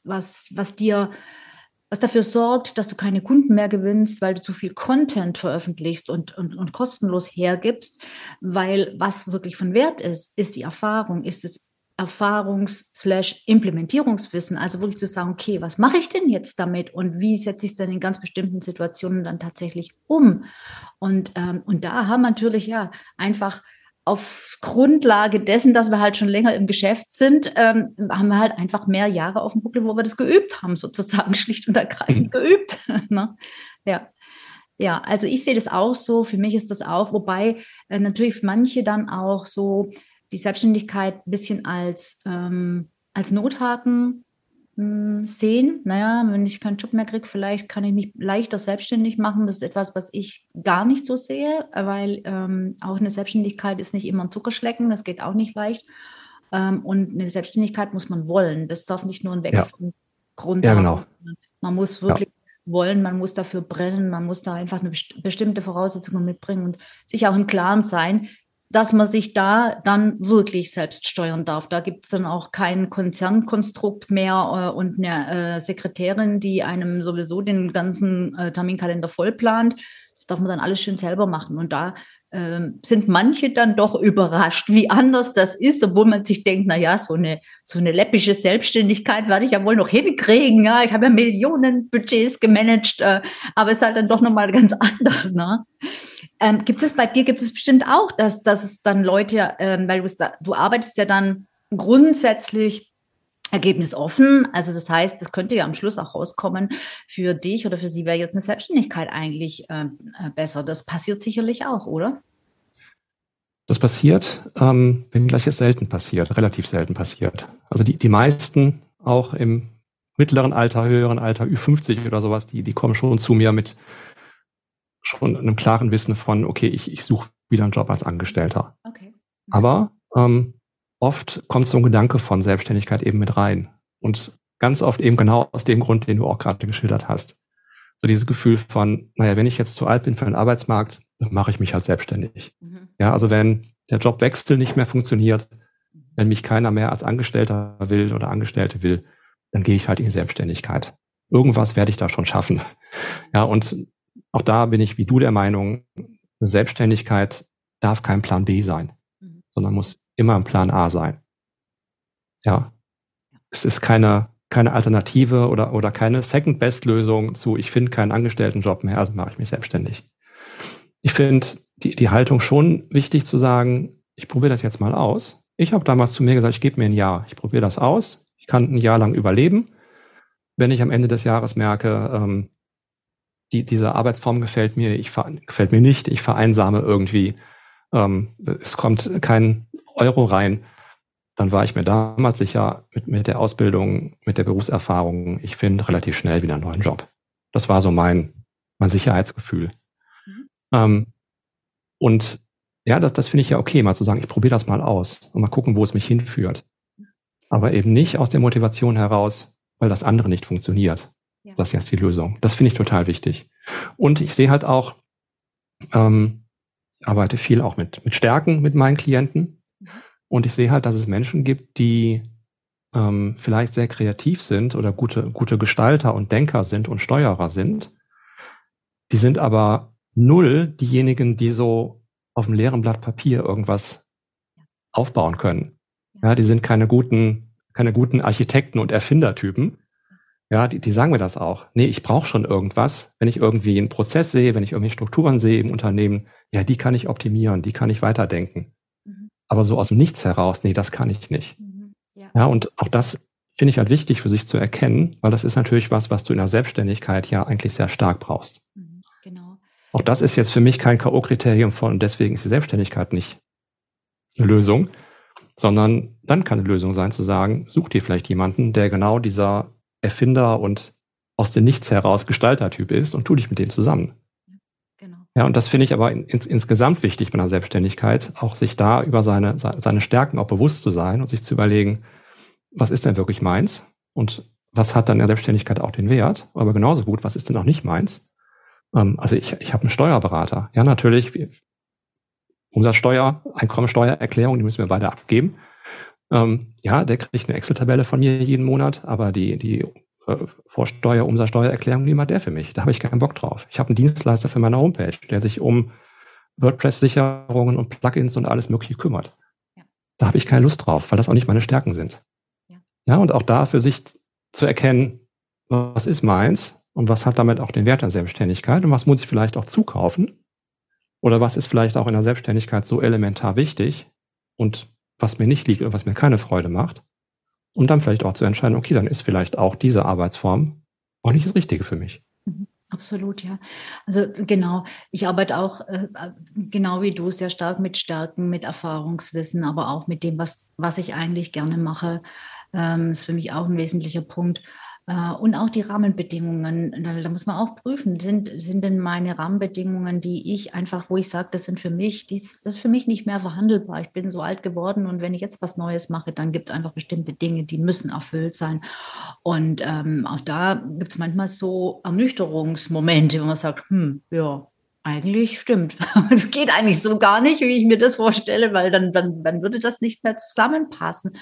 dafür sorgt, dass du keine Kunden mehr gewinnst, weil du zu viel Content veröffentlichst und kostenlos hergibst, weil was wirklich von Wert ist die Erfahrung, ist es Erfahrungs/Implementierungswissen, also wirklich zu sagen, okay, was mache ich denn jetzt damit und wie setze ich es dann in ganz bestimmten Situationen dann tatsächlich um? Und da haben wir natürlich einfach auf Grundlage dessen, dass wir halt schon länger im Geschäft sind, haben wir halt einfach mehr Jahre auf dem Buckel, wo wir das geübt haben, sozusagen schlicht und ergreifend geübt. Ne? Ja, also ich sehe das auch so, für mich ist das auch, wobei natürlich manche dann auch so die Selbstständigkeit ein bisschen als Nothaken sehen. Naja, wenn ich keinen Job mehr kriege, vielleicht kann ich mich leichter selbstständig machen. Das ist etwas, was ich gar nicht so sehe, weil auch eine Selbstständigkeit ist nicht immer ein Zuckerschlecken, das geht auch nicht leicht. Und eine Selbstständigkeit muss man wollen. Das darf nicht nur ein Weg vom Grund haben. Genau. Man muss wirklich wollen, man muss dafür brennen, man muss da einfach eine bestimmte Voraussetzungen mitbringen und sich auch im Klaren sein, dass man sich da dann wirklich selbst steuern darf. Da gibt es dann auch kein Konzernkonstrukt mehr und eine Sekretärin, die einem sowieso den ganzen Terminkalender vollplant. Das darf man dann alles schön selber machen. Und da sind manche dann doch überrascht, wie anders das ist, obwohl man sich denkt, naja, so eine läppische Selbstständigkeit werde ich ja wohl noch hinkriegen. Ja, ich habe ja Millionen Budgets gemanagt, aber es ist halt dann doch nochmal ganz anders, ne? Gibt es bei dir, gibt es bestimmt auch, dass es dann Leute, weil du arbeitest ja dann grundsätzlich ergebnisoffen, also das heißt, es könnte ja am Schluss auch rauskommen, für dich oder für sie wäre jetzt eine Selbstständigkeit eigentlich besser. Das passiert sicherlich auch, oder? Das passiert, wenngleich es selten passiert, relativ selten passiert. Also die meisten auch im mittleren Alter, höheren Alter, Ü50 oder sowas, die kommen schon zu mir mit schon einem klaren Wissen von, okay, ich suche wieder einen Job als Angestellter. Okay. Aber oft kommt so ein Gedanke von Selbstständigkeit eben mit rein. Und ganz oft eben genau aus dem Grund, den du auch gerade geschildert hast. So dieses Gefühl von, naja, wenn ich jetzt zu alt bin für den Arbeitsmarkt, dann mache ich mich halt selbstständig. Ja, also wenn der Jobwechsel nicht mehr funktioniert, wenn mich keiner mehr als Angestellter will oder Angestellte will, dann gehe ich halt in die Selbstständigkeit. Irgendwas werde ich da schon schaffen. Ja, und auch da bin ich wie du der Meinung, eine Selbstständigkeit darf kein Plan B sein, sondern muss immer ein Plan A sein. Ja, es ist keine Alternative oder keine Second-Best-Lösung zu, ich finde keinen Angestelltenjob mehr, also mache ich mich selbstständig. Ich finde die Haltung schon wichtig zu sagen, ich probiere das jetzt mal aus. Ich habe damals zu mir gesagt, ich gebe mir ein Jahr, ich probiere das aus. Ich kann ein Jahr lang überleben. Wenn ich am Ende des Jahres merke, diese Arbeitsform gefällt mir nicht, ich vereinsame irgendwie, es kommt kein Euro rein, dann war ich mir damals sicher mit der Ausbildung, mit der Berufserfahrung, ich finde relativ schnell wieder einen neuen Job. Das war so mein Sicherheitsgefühl. Und ja, das finde ich ja okay, mal zu sagen, ich probiere das mal aus und mal gucken, wo es mich hinführt. Aber eben nicht aus der Motivation heraus, weil das andere nicht funktioniert. Ja. Das ist jetzt die Lösung. Das finde ich total wichtig. Und ich sehe halt auch, ich arbeite viel auch mit Stärken mit meinen Klienten. Und ich sehe halt, dass es Menschen gibt, die vielleicht sehr kreativ sind oder gute Gestalter und Denker sind und Steuerer sind. Die sind aber null diejenigen, die so auf dem leeren Blatt Papier irgendwas aufbauen können. Ja, die sind keine guten Architekten und Erfindertypen. Ja, die sagen mir das auch. Nee, ich brauche schon irgendwas. Wenn ich irgendwie einen Prozess sehe, wenn ich irgendwie Strukturen sehe im Unternehmen, ja, die kann ich optimieren, die kann ich weiterdenken. Aber so aus dem Nichts heraus, nee, das kann ich nicht. Ja, und auch das finde ich halt wichtig für sich zu erkennen, weil das ist natürlich was du in der Selbstständigkeit ja eigentlich sehr stark brauchst. Genau. Auch das ist jetzt für mich kein K.O.-Kriterium von, deswegen ist die Selbstständigkeit nicht eine Lösung, sondern dann kann eine Lösung sein, zu sagen, such dir vielleicht jemanden, der genau dieser Erfinder und aus dem Nichts heraus Gestaltertyp ist und tu dich mit dem zusammen. Genau. Ja, und das finde ich aber insgesamt wichtig bei einer Selbstständigkeit, auch sich da über seine Stärken auch bewusst zu sein und sich zu überlegen, was ist denn wirklich meins und was hat dann in der Selbstständigkeit auch den Wert, aber genauso gut, was ist denn auch nicht meins? Also ich habe einen Steuerberater. Ja, natürlich, Umsatzsteuer, Einkommensteuererklärung, die müssen wir beide abgeben. Ja, der kriegt eine Excel-Tabelle von mir jeden Monat, aber die Vorsteuer, Umsatzsteuererklärung, die macht der für mich. Da habe ich keinen Bock drauf. Ich habe einen Dienstleister für meine Homepage, der sich um WordPress-Sicherungen und Plugins und alles Mögliche kümmert. Ja. Da habe ich keine Lust drauf, weil das auch nicht meine Stärken sind. Ja, und auch da für sich zu erkennen, was ist meins und was hat damit auch den Wert der Selbstständigkeit und was muss ich vielleicht auch zukaufen oder was ist vielleicht auch in der Selbstständigkeit so elementar wichtig und was mir nicht liegt oder was mir keine Freude macht, um dann vielleicht auch zu entscheiden, okay, dann ist vielleicht auch diese Arbeitsform auch nicht das Richtige für mich. Absolut, ja. Also genau, ich arbeite auch genau wie du sehr stark mit Stärken, mit Erfahrungswissen, aber auch mit dem, was ich eigentlich gerne mache, ist für mich auch ein wesentlicher Punkt. Und auch die Rahmenbedingungen, da muss man auch prüfen, sind denn meine Rahmenbedingungen, die ich einfach, wo ich sage, das sind für mich, das ist für mich nicht mehr verhandelbar. Ich bin so alt geworden und wenn ich jetzt was Neues mache, dann gibt es einfach bestimmte Dinge, die müssen erfüllt sein. Und auch da gibt es manchmal so Ernüchterungsmomente, wo man sagt, ja, eigentlich stimmt. Es geht eigentlich so gar nicht, wie ich mir das vorstelle, weil dann würde das nicht mehr zusammenpassen.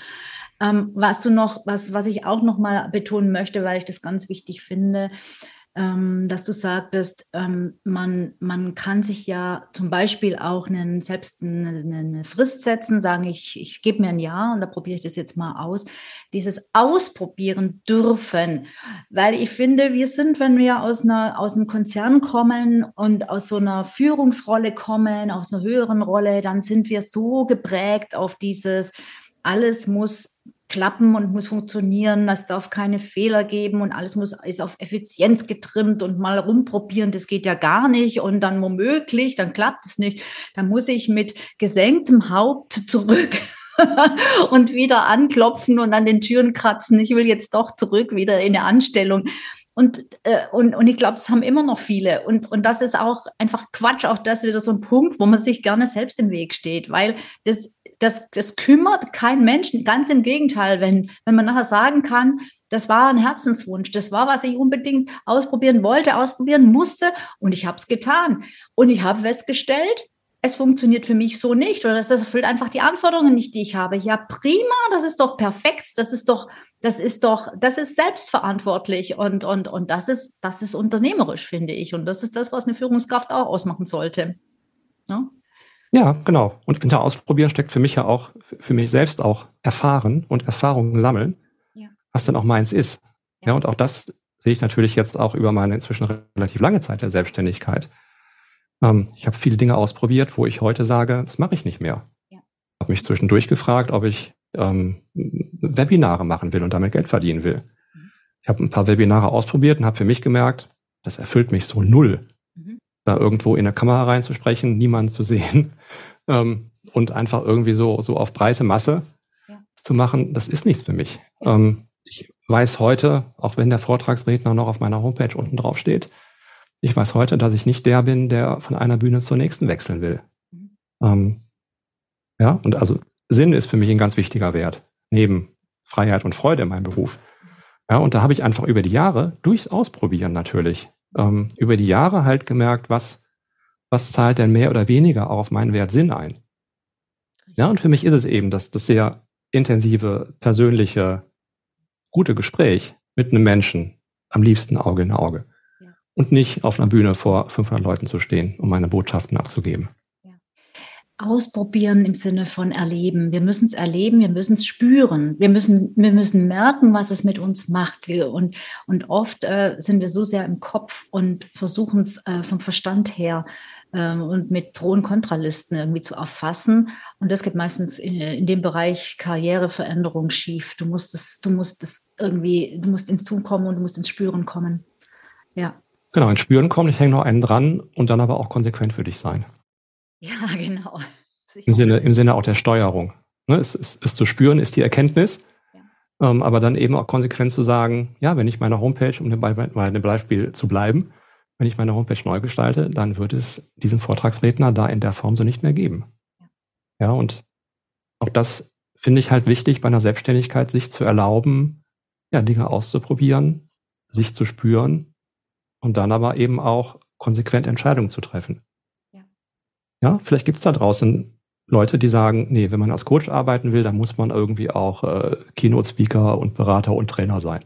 Was ich auch noch mal betonen möchte, weil ich das ganz wichtig finde, dass du sagtest, man kann sich ja zum Beispiel auch selbst eine Frist setzen, sagen, ich gebe mir ein Jahr und da probiere ich das jetzt mal aus. Dieses Ausprobieren dürfen, weil ich finde, wir sind, wenn wir aus einem Konzern kommen und aus so einer Führungsrolle kommen, aus einer höheren Rolle, dann sind wir so geprägt auf dieses, alles muss klappen und muss funktionieren, es darf keine Fehler geben und alles ist auf Effizienz getrimmt und mal rumprobieren, das geht ja gar nicht und dann womöglich, dann klappt es nicht, dann muss ich mit gesenktem Haupt zurück und wieder anklopfen und an den Türen kratzen, ich will jetzt doch zurück wieder in eine Anstellung. Und ich glaube, das haben immer noch viele. Und das ist auch einfach Quatsch. Auch das ist wieder so ein Punkt, wo man sich gerne selbst im Weg steht, weil das kümmert keinen Menschen. Ganz im Gegenteil, wenn man nachher sagen kann, das war ein Herzenswunsch, das war, was ich unbedingt ausprobieren wollte, ausprobieren musste und ich habe es getan. Und ich habe festgestellt, es funktioniert für mich so nicht oder das erfüllt einfach die Anforderungen nicht, die ich habe. Ja, prima, das ist doch perfekt, das ist selbstverantwortlich und das ist unternehmerisch, finde ich. Und das ist das, was eine Führungskraft auch ausmachen sollte. Ja? Ja, genau. Und hinter Ausprobieren steckt für mich ja auch, für mich selbst auch erfahren und Erfahrungen sammeln, was dann auch meins ist. Ja, und auch das sehe ich natürlich jetzt auch über meine inzwischen relativ lange Zeit der Selbstständigkeit. Ich habe viele Dinge ausprobiert, wo ich heute sage, das mache ich nicht mehr. Ja. Habe mich zwischendurch gefragt, ob ich Webinare machen will und damit Geld verdienen will. Ich habe ein paar Webinare ausprobiert und habe für mich gemerkt, das erfüllt mich so null. Da irgendwo in der Kamera reinzusprechen, niemanden zu sehen und einfach irgendwie so auf breite Masse zu machen, das ist nichts für mich. Ich weiß heute, auch wenn der Vortragsredner noch auf meiner Homepage unten drauf steht, ich weiß heute, dass ich nicht der bin, der von einer Bühne zur nächsten wechseln will. Ja, und also Sinn ist für mich ein ganz wichtiger Wert, neben Freiheit und Freude in meinem Beruf. Ja, und da habe ich einfach über die Jahre, durchs Ausprobieren natürlich, über die Jahre halt gemerkt, was zahlt denn mehr oder weniger auch auf meinen Wert Sinn ein. Ja, und für mich ist es eben das sehr intensive, persönliche, gute Gespräch mit einem Menschen, am liebsten Auge in Auge. Ja. Und nicht auf einer Bühne vor 500 Leuten zu stehen, um meine Botschaften abzugeben. Ja. Ausprobieren im Sinne von erleben. Wir müssen es erleben, wir müssen es spüren. Wir müssen merken, was es mit uns macht. Und oft sind wir so sehr im Kopf und versuchen es vom Verstand her und mit Pro- und Kontralisten irgendwie zu erfassen. Und das geht meistens in dem Bereich Karriereveränderung schief. Du musst ins Tun kommen und du musst ins Spüren kommen. Ja. Genau, ins Spüren kommen, ich hänge noch einen dran und dann aber auch konsequent für dich sein. Ja, genau. Im Sinne auch der Steuerung. Ne, es zu spüren ist die Erkenntnis, ja. Aber dann eben auch konsequent zu sagen, ja, wenn ich meine Homepage, um bei dem Beispiel zu bleiben, wenn ich meine Homepage neu gestalte, dann wird es diesen Vortragsredner da in der Form so nicht mehr geben. Ja, und auch das finde ich halt wichtig bei einer Selbstständigkeit, sich zu erlauben, ja, Dinge auszuprobieren, sich zu spüren und dann aber eben auch konsequent Entscheidungen zu treffen. Ja, vielleicht gibt es da draußen Leute, die sagen, nee, wenn man als Coach arbeiten will, dann muss man irgendwie auch Keynote-Speaker und Berater und Trainer sein.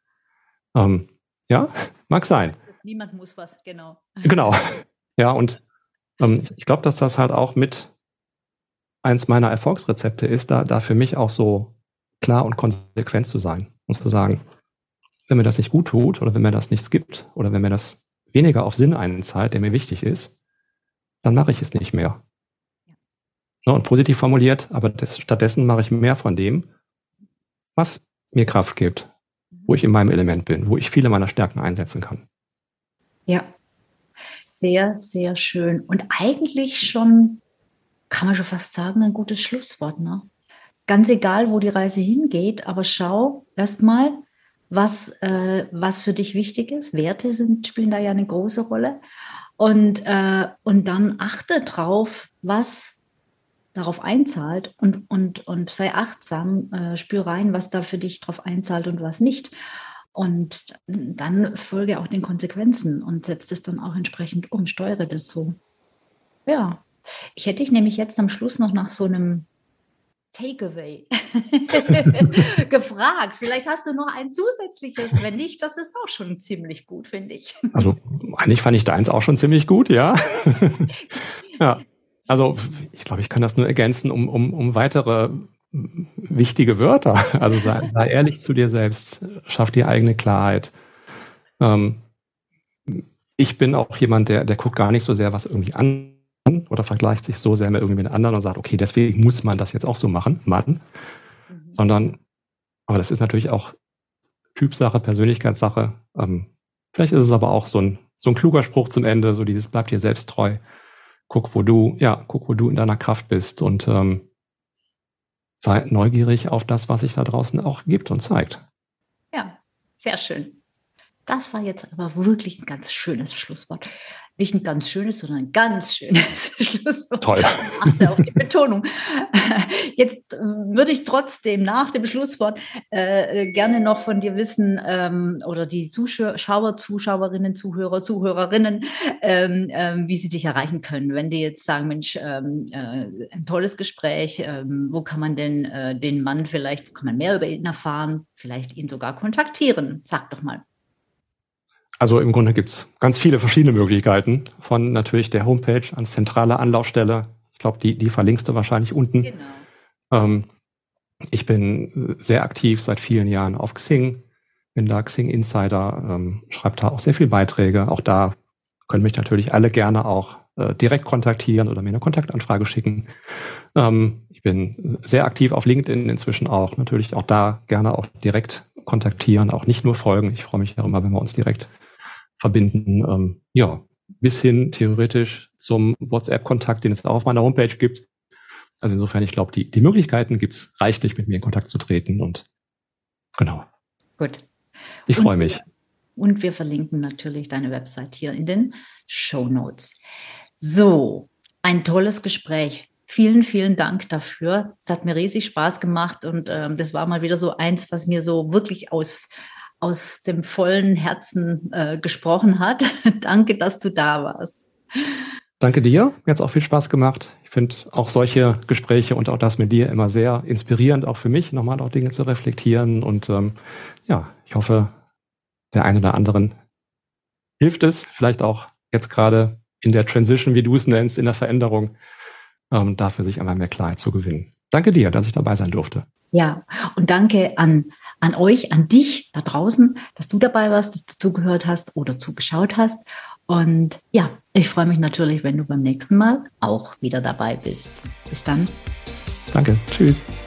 Ja, mag sein. Niemand muss was, genau. Genau. Ja, und ich glaube, dass das halt auch mit eins meiner Erfolgsrezepte ist, da für mich auch so klar und konsequent zu sein und zu sagen, wenn mir das nicht gut tut oder wenn mir das nichts gibt oder wenn mir das weniger auf Sinn einzahlt, der mir wichtig ist, dann mache ich es nicht mehr. Ja, und positiv formuliert, aber stattdessen mache ich mehr von dem, was mir Kraft gibt, wo ich in meinem Element bin, wo ich viele meiner Stärken einsetzen kann. Ja, sehr, sehr schön. Und eigentlich schon, kann man schon fast sagen, ein gutes Schlusswort, ne? Ganz egal, wo die Reise hingeht, aber schau erstmal, was für dich wichtig ist. Werte spielen da ja eine große Rolle. Und dann achte drauf, was darauf einzahlt und sei achtsam, spür rein, was da für dich drauf einzahlt und was nicht. Und dann folge auch den Konsequenzen und setze das dann auch entsprechend um, steuere das so. Ja, ich hätte dich nämlich jetzt am Schluss noch nach so einem Takeaway gefragt. Vielleicht hast du noch ein zusätzliches, wenn nicht, das ist auch schon ziemlich gut, finde ich. Also eigentlich fand ich deins auch schon ziemlich gut, ja. Ja, also ich glaube, ich kann das nur ergänzen um weitere wichtige Wörter. Also sei ehrlich zu dir selbst, schaff die eigene Klarheit. Ich bin auch jemand, der guckt gar nicht so sehr, was irgendwie an oder vergleicht sich so sehr mit irgendwie mit anderen und sagt, okay, deswegen muss man das jetzt auch so machen, sondern, aber das ist natürlich auch Typsache, Persönlichkeitssache. Vielleicht ist es aber auch so ein kluger Spruch zum Ende, so dieses bleib dir selbst treu. Guck, wo du in deiner Kraft bist und sei neugierig auf das, was sich da draußen auch gibt und zeigt. Ja, sehr schön. Das war jetzt aber wirklich ein ganz schönes Schlusswort. Nicht ein ganz schönes, sondern ein ganz schönes Schlusswort. Toll. Achte auf die Betonung. Jetzt würde ich trotzdem nach dem Schlusswort gerne noch von dir wissen, oder die Zuschauerinnen, Zuhörer, Zuhörerinnen, wie sie dich erreichen können. Wenn die jetzt sagen, Mensch, ein tolles Gespräch, wo kann man denn den Mann vielleicht, wo kann man mehr über ihn erfahren, vielleicht ihn sogar kontaktieren? Sag doch mal. Also im Grunde gibt es ganz viele verschiedene Möglichkeiten, von natürlich der Homepage ans zentrale Anlaufstelle. Ich glaube, die verlinkst du wahrscheinlich unten. Genau. Ich bin sehr aktiv seit vielen Jahren auf Xing, bin da Xing Insider, schreibe da auch sehr viele Beiträge. Auch da können mich natürlich alle gerne auch direkt kontaktieren oder mir eine Kontaktanfrage schicken. Ich bin sehr aktiv auf LinkedIn inzwischen auch. Natürlich auch da gerne auch direkt kontaktieren, auch nicht nur folgen. Ich freue mich ja immer, wenn wir uns direkt verbinden. Ja, bis hin theoretisch zum WhatsApp-Kontakt, den es auch auf meiner Homepage gibt. Also insofern, ich glaube, die Möglichkeiten gibt es reichlich, mit mir in Kontakt zu treten und genau. Gut. Ich freue mich. Und wir verlinken natürlich deine Website hier in den Shownotes. So, ein tolles Gespräch. Vielen, vielen Dank dafür. Es hat mir riesig Spaß gemacht und das war mal wieder so eins, was mir so wirklich aus dem vollen Herzen gesprochen hat. Danke, dass du da warst. Danke dir. Mir hat es auch viel Spaß gemacht. Ich finde auch solche Gespräche und auch das mit dir immer sehr inspirierend, auch für mich, nochmal auch Dinge zu reflektieren. Und ich hoffe, der einen oder anderen hilft es, vielleicht auch jetzt gerade in der Transition, wie du es nennst, in der Veränderung, dafür sich einmal mehr Klarheit zu gewinnen. Danke dir, dass ich dabei sein durfte. Ja, und danke an euch, an dich da draußen, dass du dabei warst, dass du zugehört hast oder zugeschaut hast. Und ja, ich freue mich natürlich, wenn du beim nächsten Mal auch wieder dabei bist. Bis dann. Danke. Tschüss.